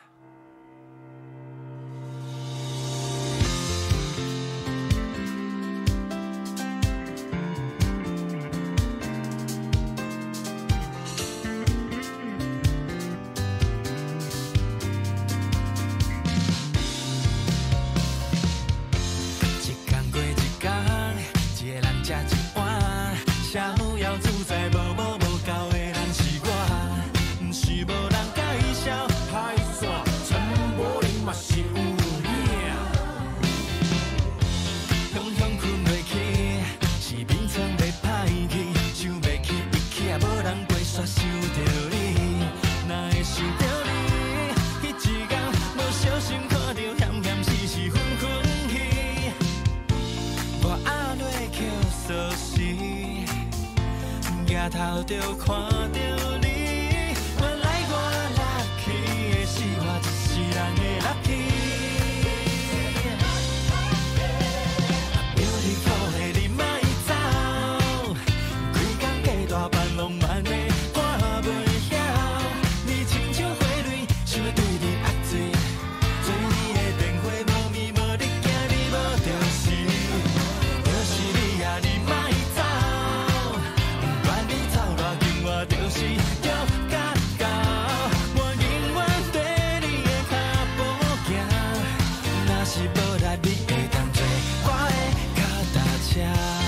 头就看到你，原来我 lucky 的是我一世人的 lucky。Beautiful 的你莫走，规工加大班浪漫的我袂晓，你亲像花蕊，想要对你压水，做你的电话无咪无你惊你无着死，就是你啊，你莫走。就是要甲到，我永远对你的脚步行。若是无力，你会当做我的脚踏车。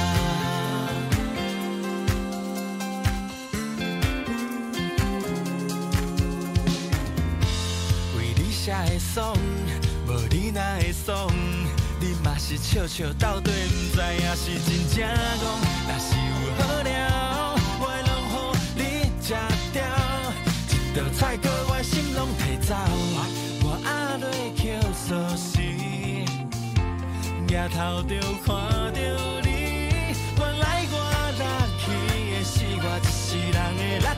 为你写的爽，无你哪会爽？你嘛是笑笑斗对，不知影是真正戆。若是有好料。吃掉一道菜，搁我心拢提走。我压落捡锁匙，抬头就看到你。原来我 lucky 的是我一世人的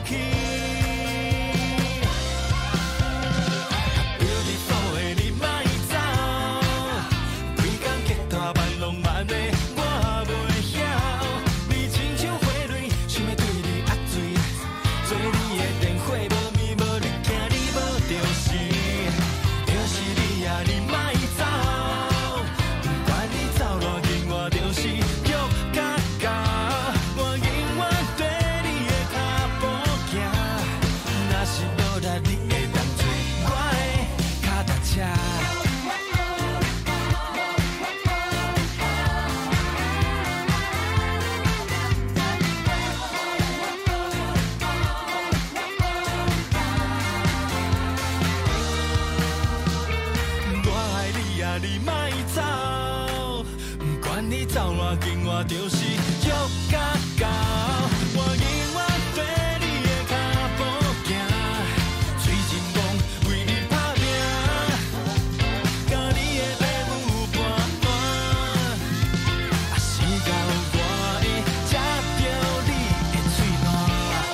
lucky。Beautiful 的你莫走，规工加大班浪漫的我袂晓，你亲像花蕊，想要对你压水。做你的电话无咪无你惊你无着死，就是你啊，你莫走，不管你走偌远，我就是要甲到，我永远对你的脚步行。 你走偌近，我就是欲甲到。我永远跟你的脚步行，水真戆为你打拼，甲你的礼物盘盘。啊，时到我会食着你的嘴烂。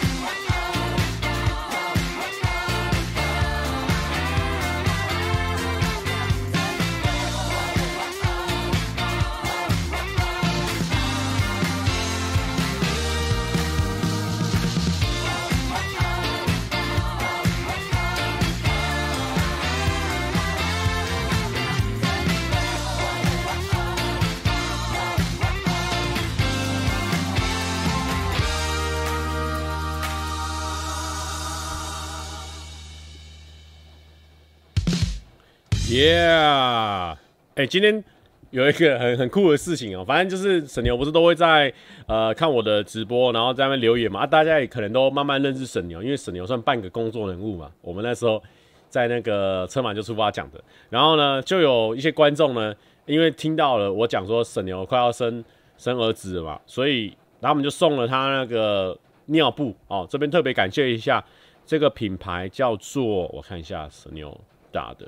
Yeah， 哎、欸，今天有一个很很酷的事情哦、喔，反正就是沈牛不是都会在呃看我的直播，然后在那边留言嘛，啊，大家也可能都慢慢认识沈牛，因为沈牛算半个公众人物嘛。我们那时候在那个车马就出发讲的，然后呢，就有一些观众呢，因为听到了我讲说沈牛快要生生儿子了嘛，所以然后他们就送了他那个尿布哦，这边特别感谢一下这个品牌叫做我看一下沈牛打的。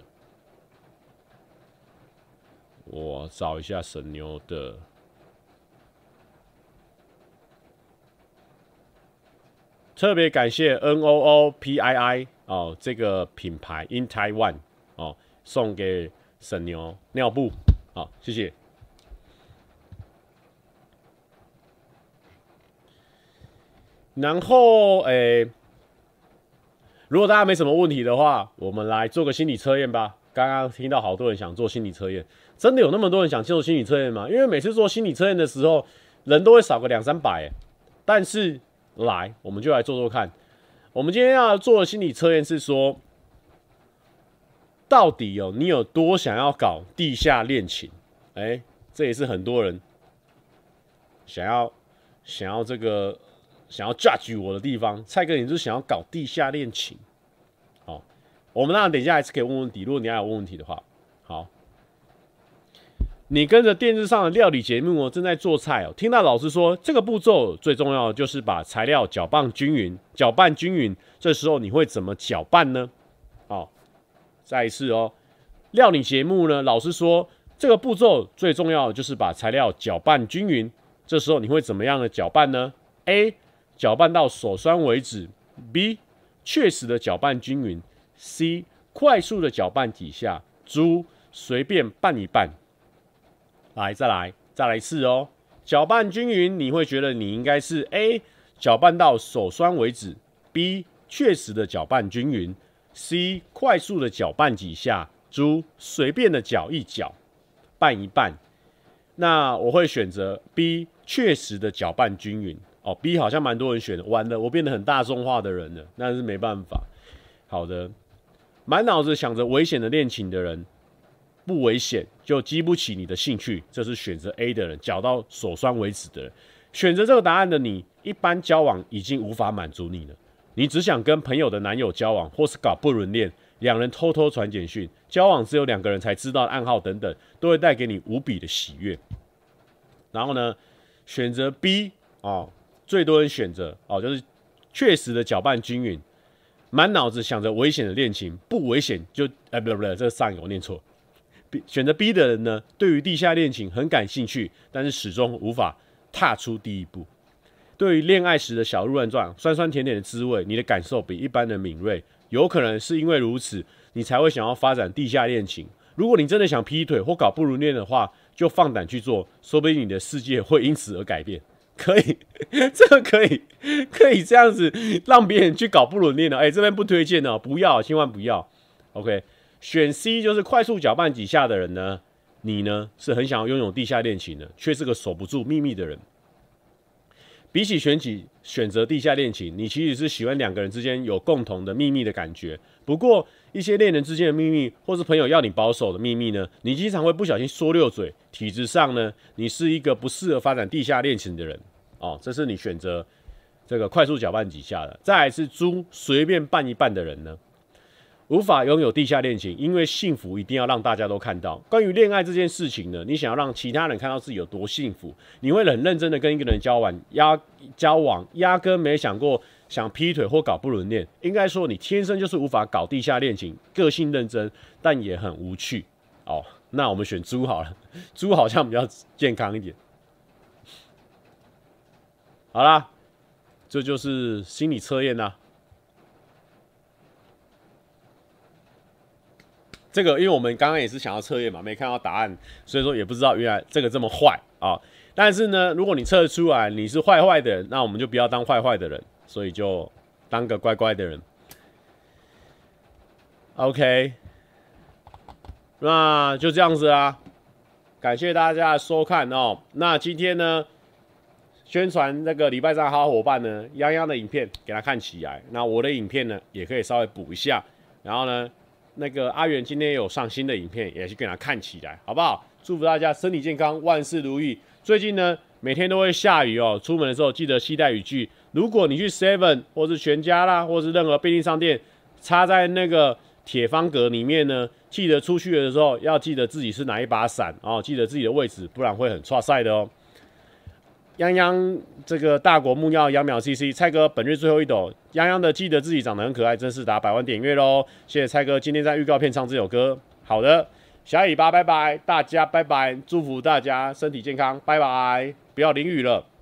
我找一下沈牛的，特别感谢 N O O P I I 哦，这个品牌 In Taiwan 哦，送给沈牛尿布，好，谢谢。然后，诶、欸，如果大家没什么问题的话，我们来做个心理测验吧。刚刚听到好多人想做心理测验，真的有那么多人想做心理测验吗？因为每次做心理测验的时候，人都会少个两三百，但是来，我们就来做做看。我们今天要做的心理测验是说，到底哦，你有多想要搞地下恋情？哎、欸，这也是很多人想要想要这个想要 judge 我的地方。蔡哥，你是想要搞地下恋情？我们当然等一下还是可以问问题，如果你还有问问题的话，好，你跟着电视上的料理节目哦，正在做菜哦，听到老师说这个步骤最重要的就是把材料搅拌均匀，搅拌均匀，这时候你会怎么搅拌呢？好，再一次哦，料理节目呢，老师说这个步骤最重要的就是把材料搅拌均匀，这时候你会怎么样的搅拌呢 ？A. 搅拌到手酸为止 ；B. 确实的搅拌均匀。C. 快速的搅拌几下，猪随便拌一拌。来，再来，再来一次哦。搅拌均匀，你会觉得你应该是 A. 搅拌到手酸为止 ；B. 确实的搅拌均匀 ；C. 快速的搅拌几下，猪随便的搅一搅，拌一拌。那我会选择 B. 确实的搅拌均匀。哦 ，B 好像蛮多人选的，完了，我变得很大众化的人了，那是没办法。好的。满脑子想着危险的恋情的人，不危险就激不起你的兴趣，这是选择 A 的人，搅到手酸为止的人。选择这个答案的你，一般交往已经无法满足你了，你只想跟朋友的男友交往，或是搞不伦恋，两人偷偷传简讯，交往只有两个人才知道的暗号等等，都会带给你无比的喜悦。然后呢，选择 B 哦，最多人选择哦，就是确实的搅拌均匀。满脑子想着危险的恋情，不危险就哎，不不不，这个上我念错。选择 B 的人呢，对于地下恋情很感兴趣，但是始终无法踏出第一步。对于恋爱时的小鹿乱撞、酸酸甜甜的滋味，你的感受比一般人敏锐，有可能是因为如此，你才会想要发展地下恋情。如果你真的想劈腿或搞不伦恋的话，就放胆去做，说不定你的世界会因此而改变。可以，这个可以，可以这样子让别人去搞不伦恋的。哎、欸，这边不推荐哦，不要，千万不要。OK， 选 C 就是快速搅拌几下的人呢，你呢是很想要拥有地下恋情的，却是个守不住秘密的人。比起选起选择地下恋情，你其实是喜欢两个人之间有共同的秘密的感觉。不过，一些恋人之间的秘密，或是朋友要你保守的秘密呢，你经常会不小心说溜嘴。体质上呢，你是一个不适合发展地下恋情的人哦。这是你选择这个快速搅拌几下的。再来是猪随便拌一拌的人呢。 无法拥有地下恋情，因为幸福一定要让大家都看到。关于恋爱这件事情呢，你想要让其他人看到自己有多幸福，你会很认真的跟一个人交往，压交往压根没想过想劈腿或搞不伦恋。应该说，你天生就是无法搞地下恋情，个性认真，但也很无趣。哦，那我们选猪好了，猪好像比较健康一点。好啦，这就是心理测验啦。这个，因为我们刚刚也是想要测验嘛，没看到答案，所以说也不知道原来这个这么坏啊、哦。但是呢，如果你测得出来你是坏坏的人，那我们就不要当坏坏的人，所以就当个乖乖的人。OK， 那就这样子啦，感谢大家的收看哦。那今天呢，宣传那个礼拜三好伙伴呢，泱泱的影片给他看起来，那我的影片呢也可以稍微补一下，然后呢。那个阿元今天有上新的影片，也是给他看起来，好不好？祝福大家身体健康，万事如意。最近呢，每天都会下雨哦，出门的时候记得携带雨具。如果你去 seven 或是全家啦，或是任何便利商店，插在那个铁方格里面呢，记得出去的时候要记得自己是哪一把伞哦，记得自己的位置，不然会很挫赛的哦。泱泱这个大国木曜杨淼 C C 蔡哥本日最后一斗，泱泱的记得自己长得很可爱，真是达百万点阅喽！谢谢蔡哥今天在预告片唱这首歌。好的，小尾巴拜拜，大家拜拜，祝福大家身体健康，拜拜，不要淋雨了。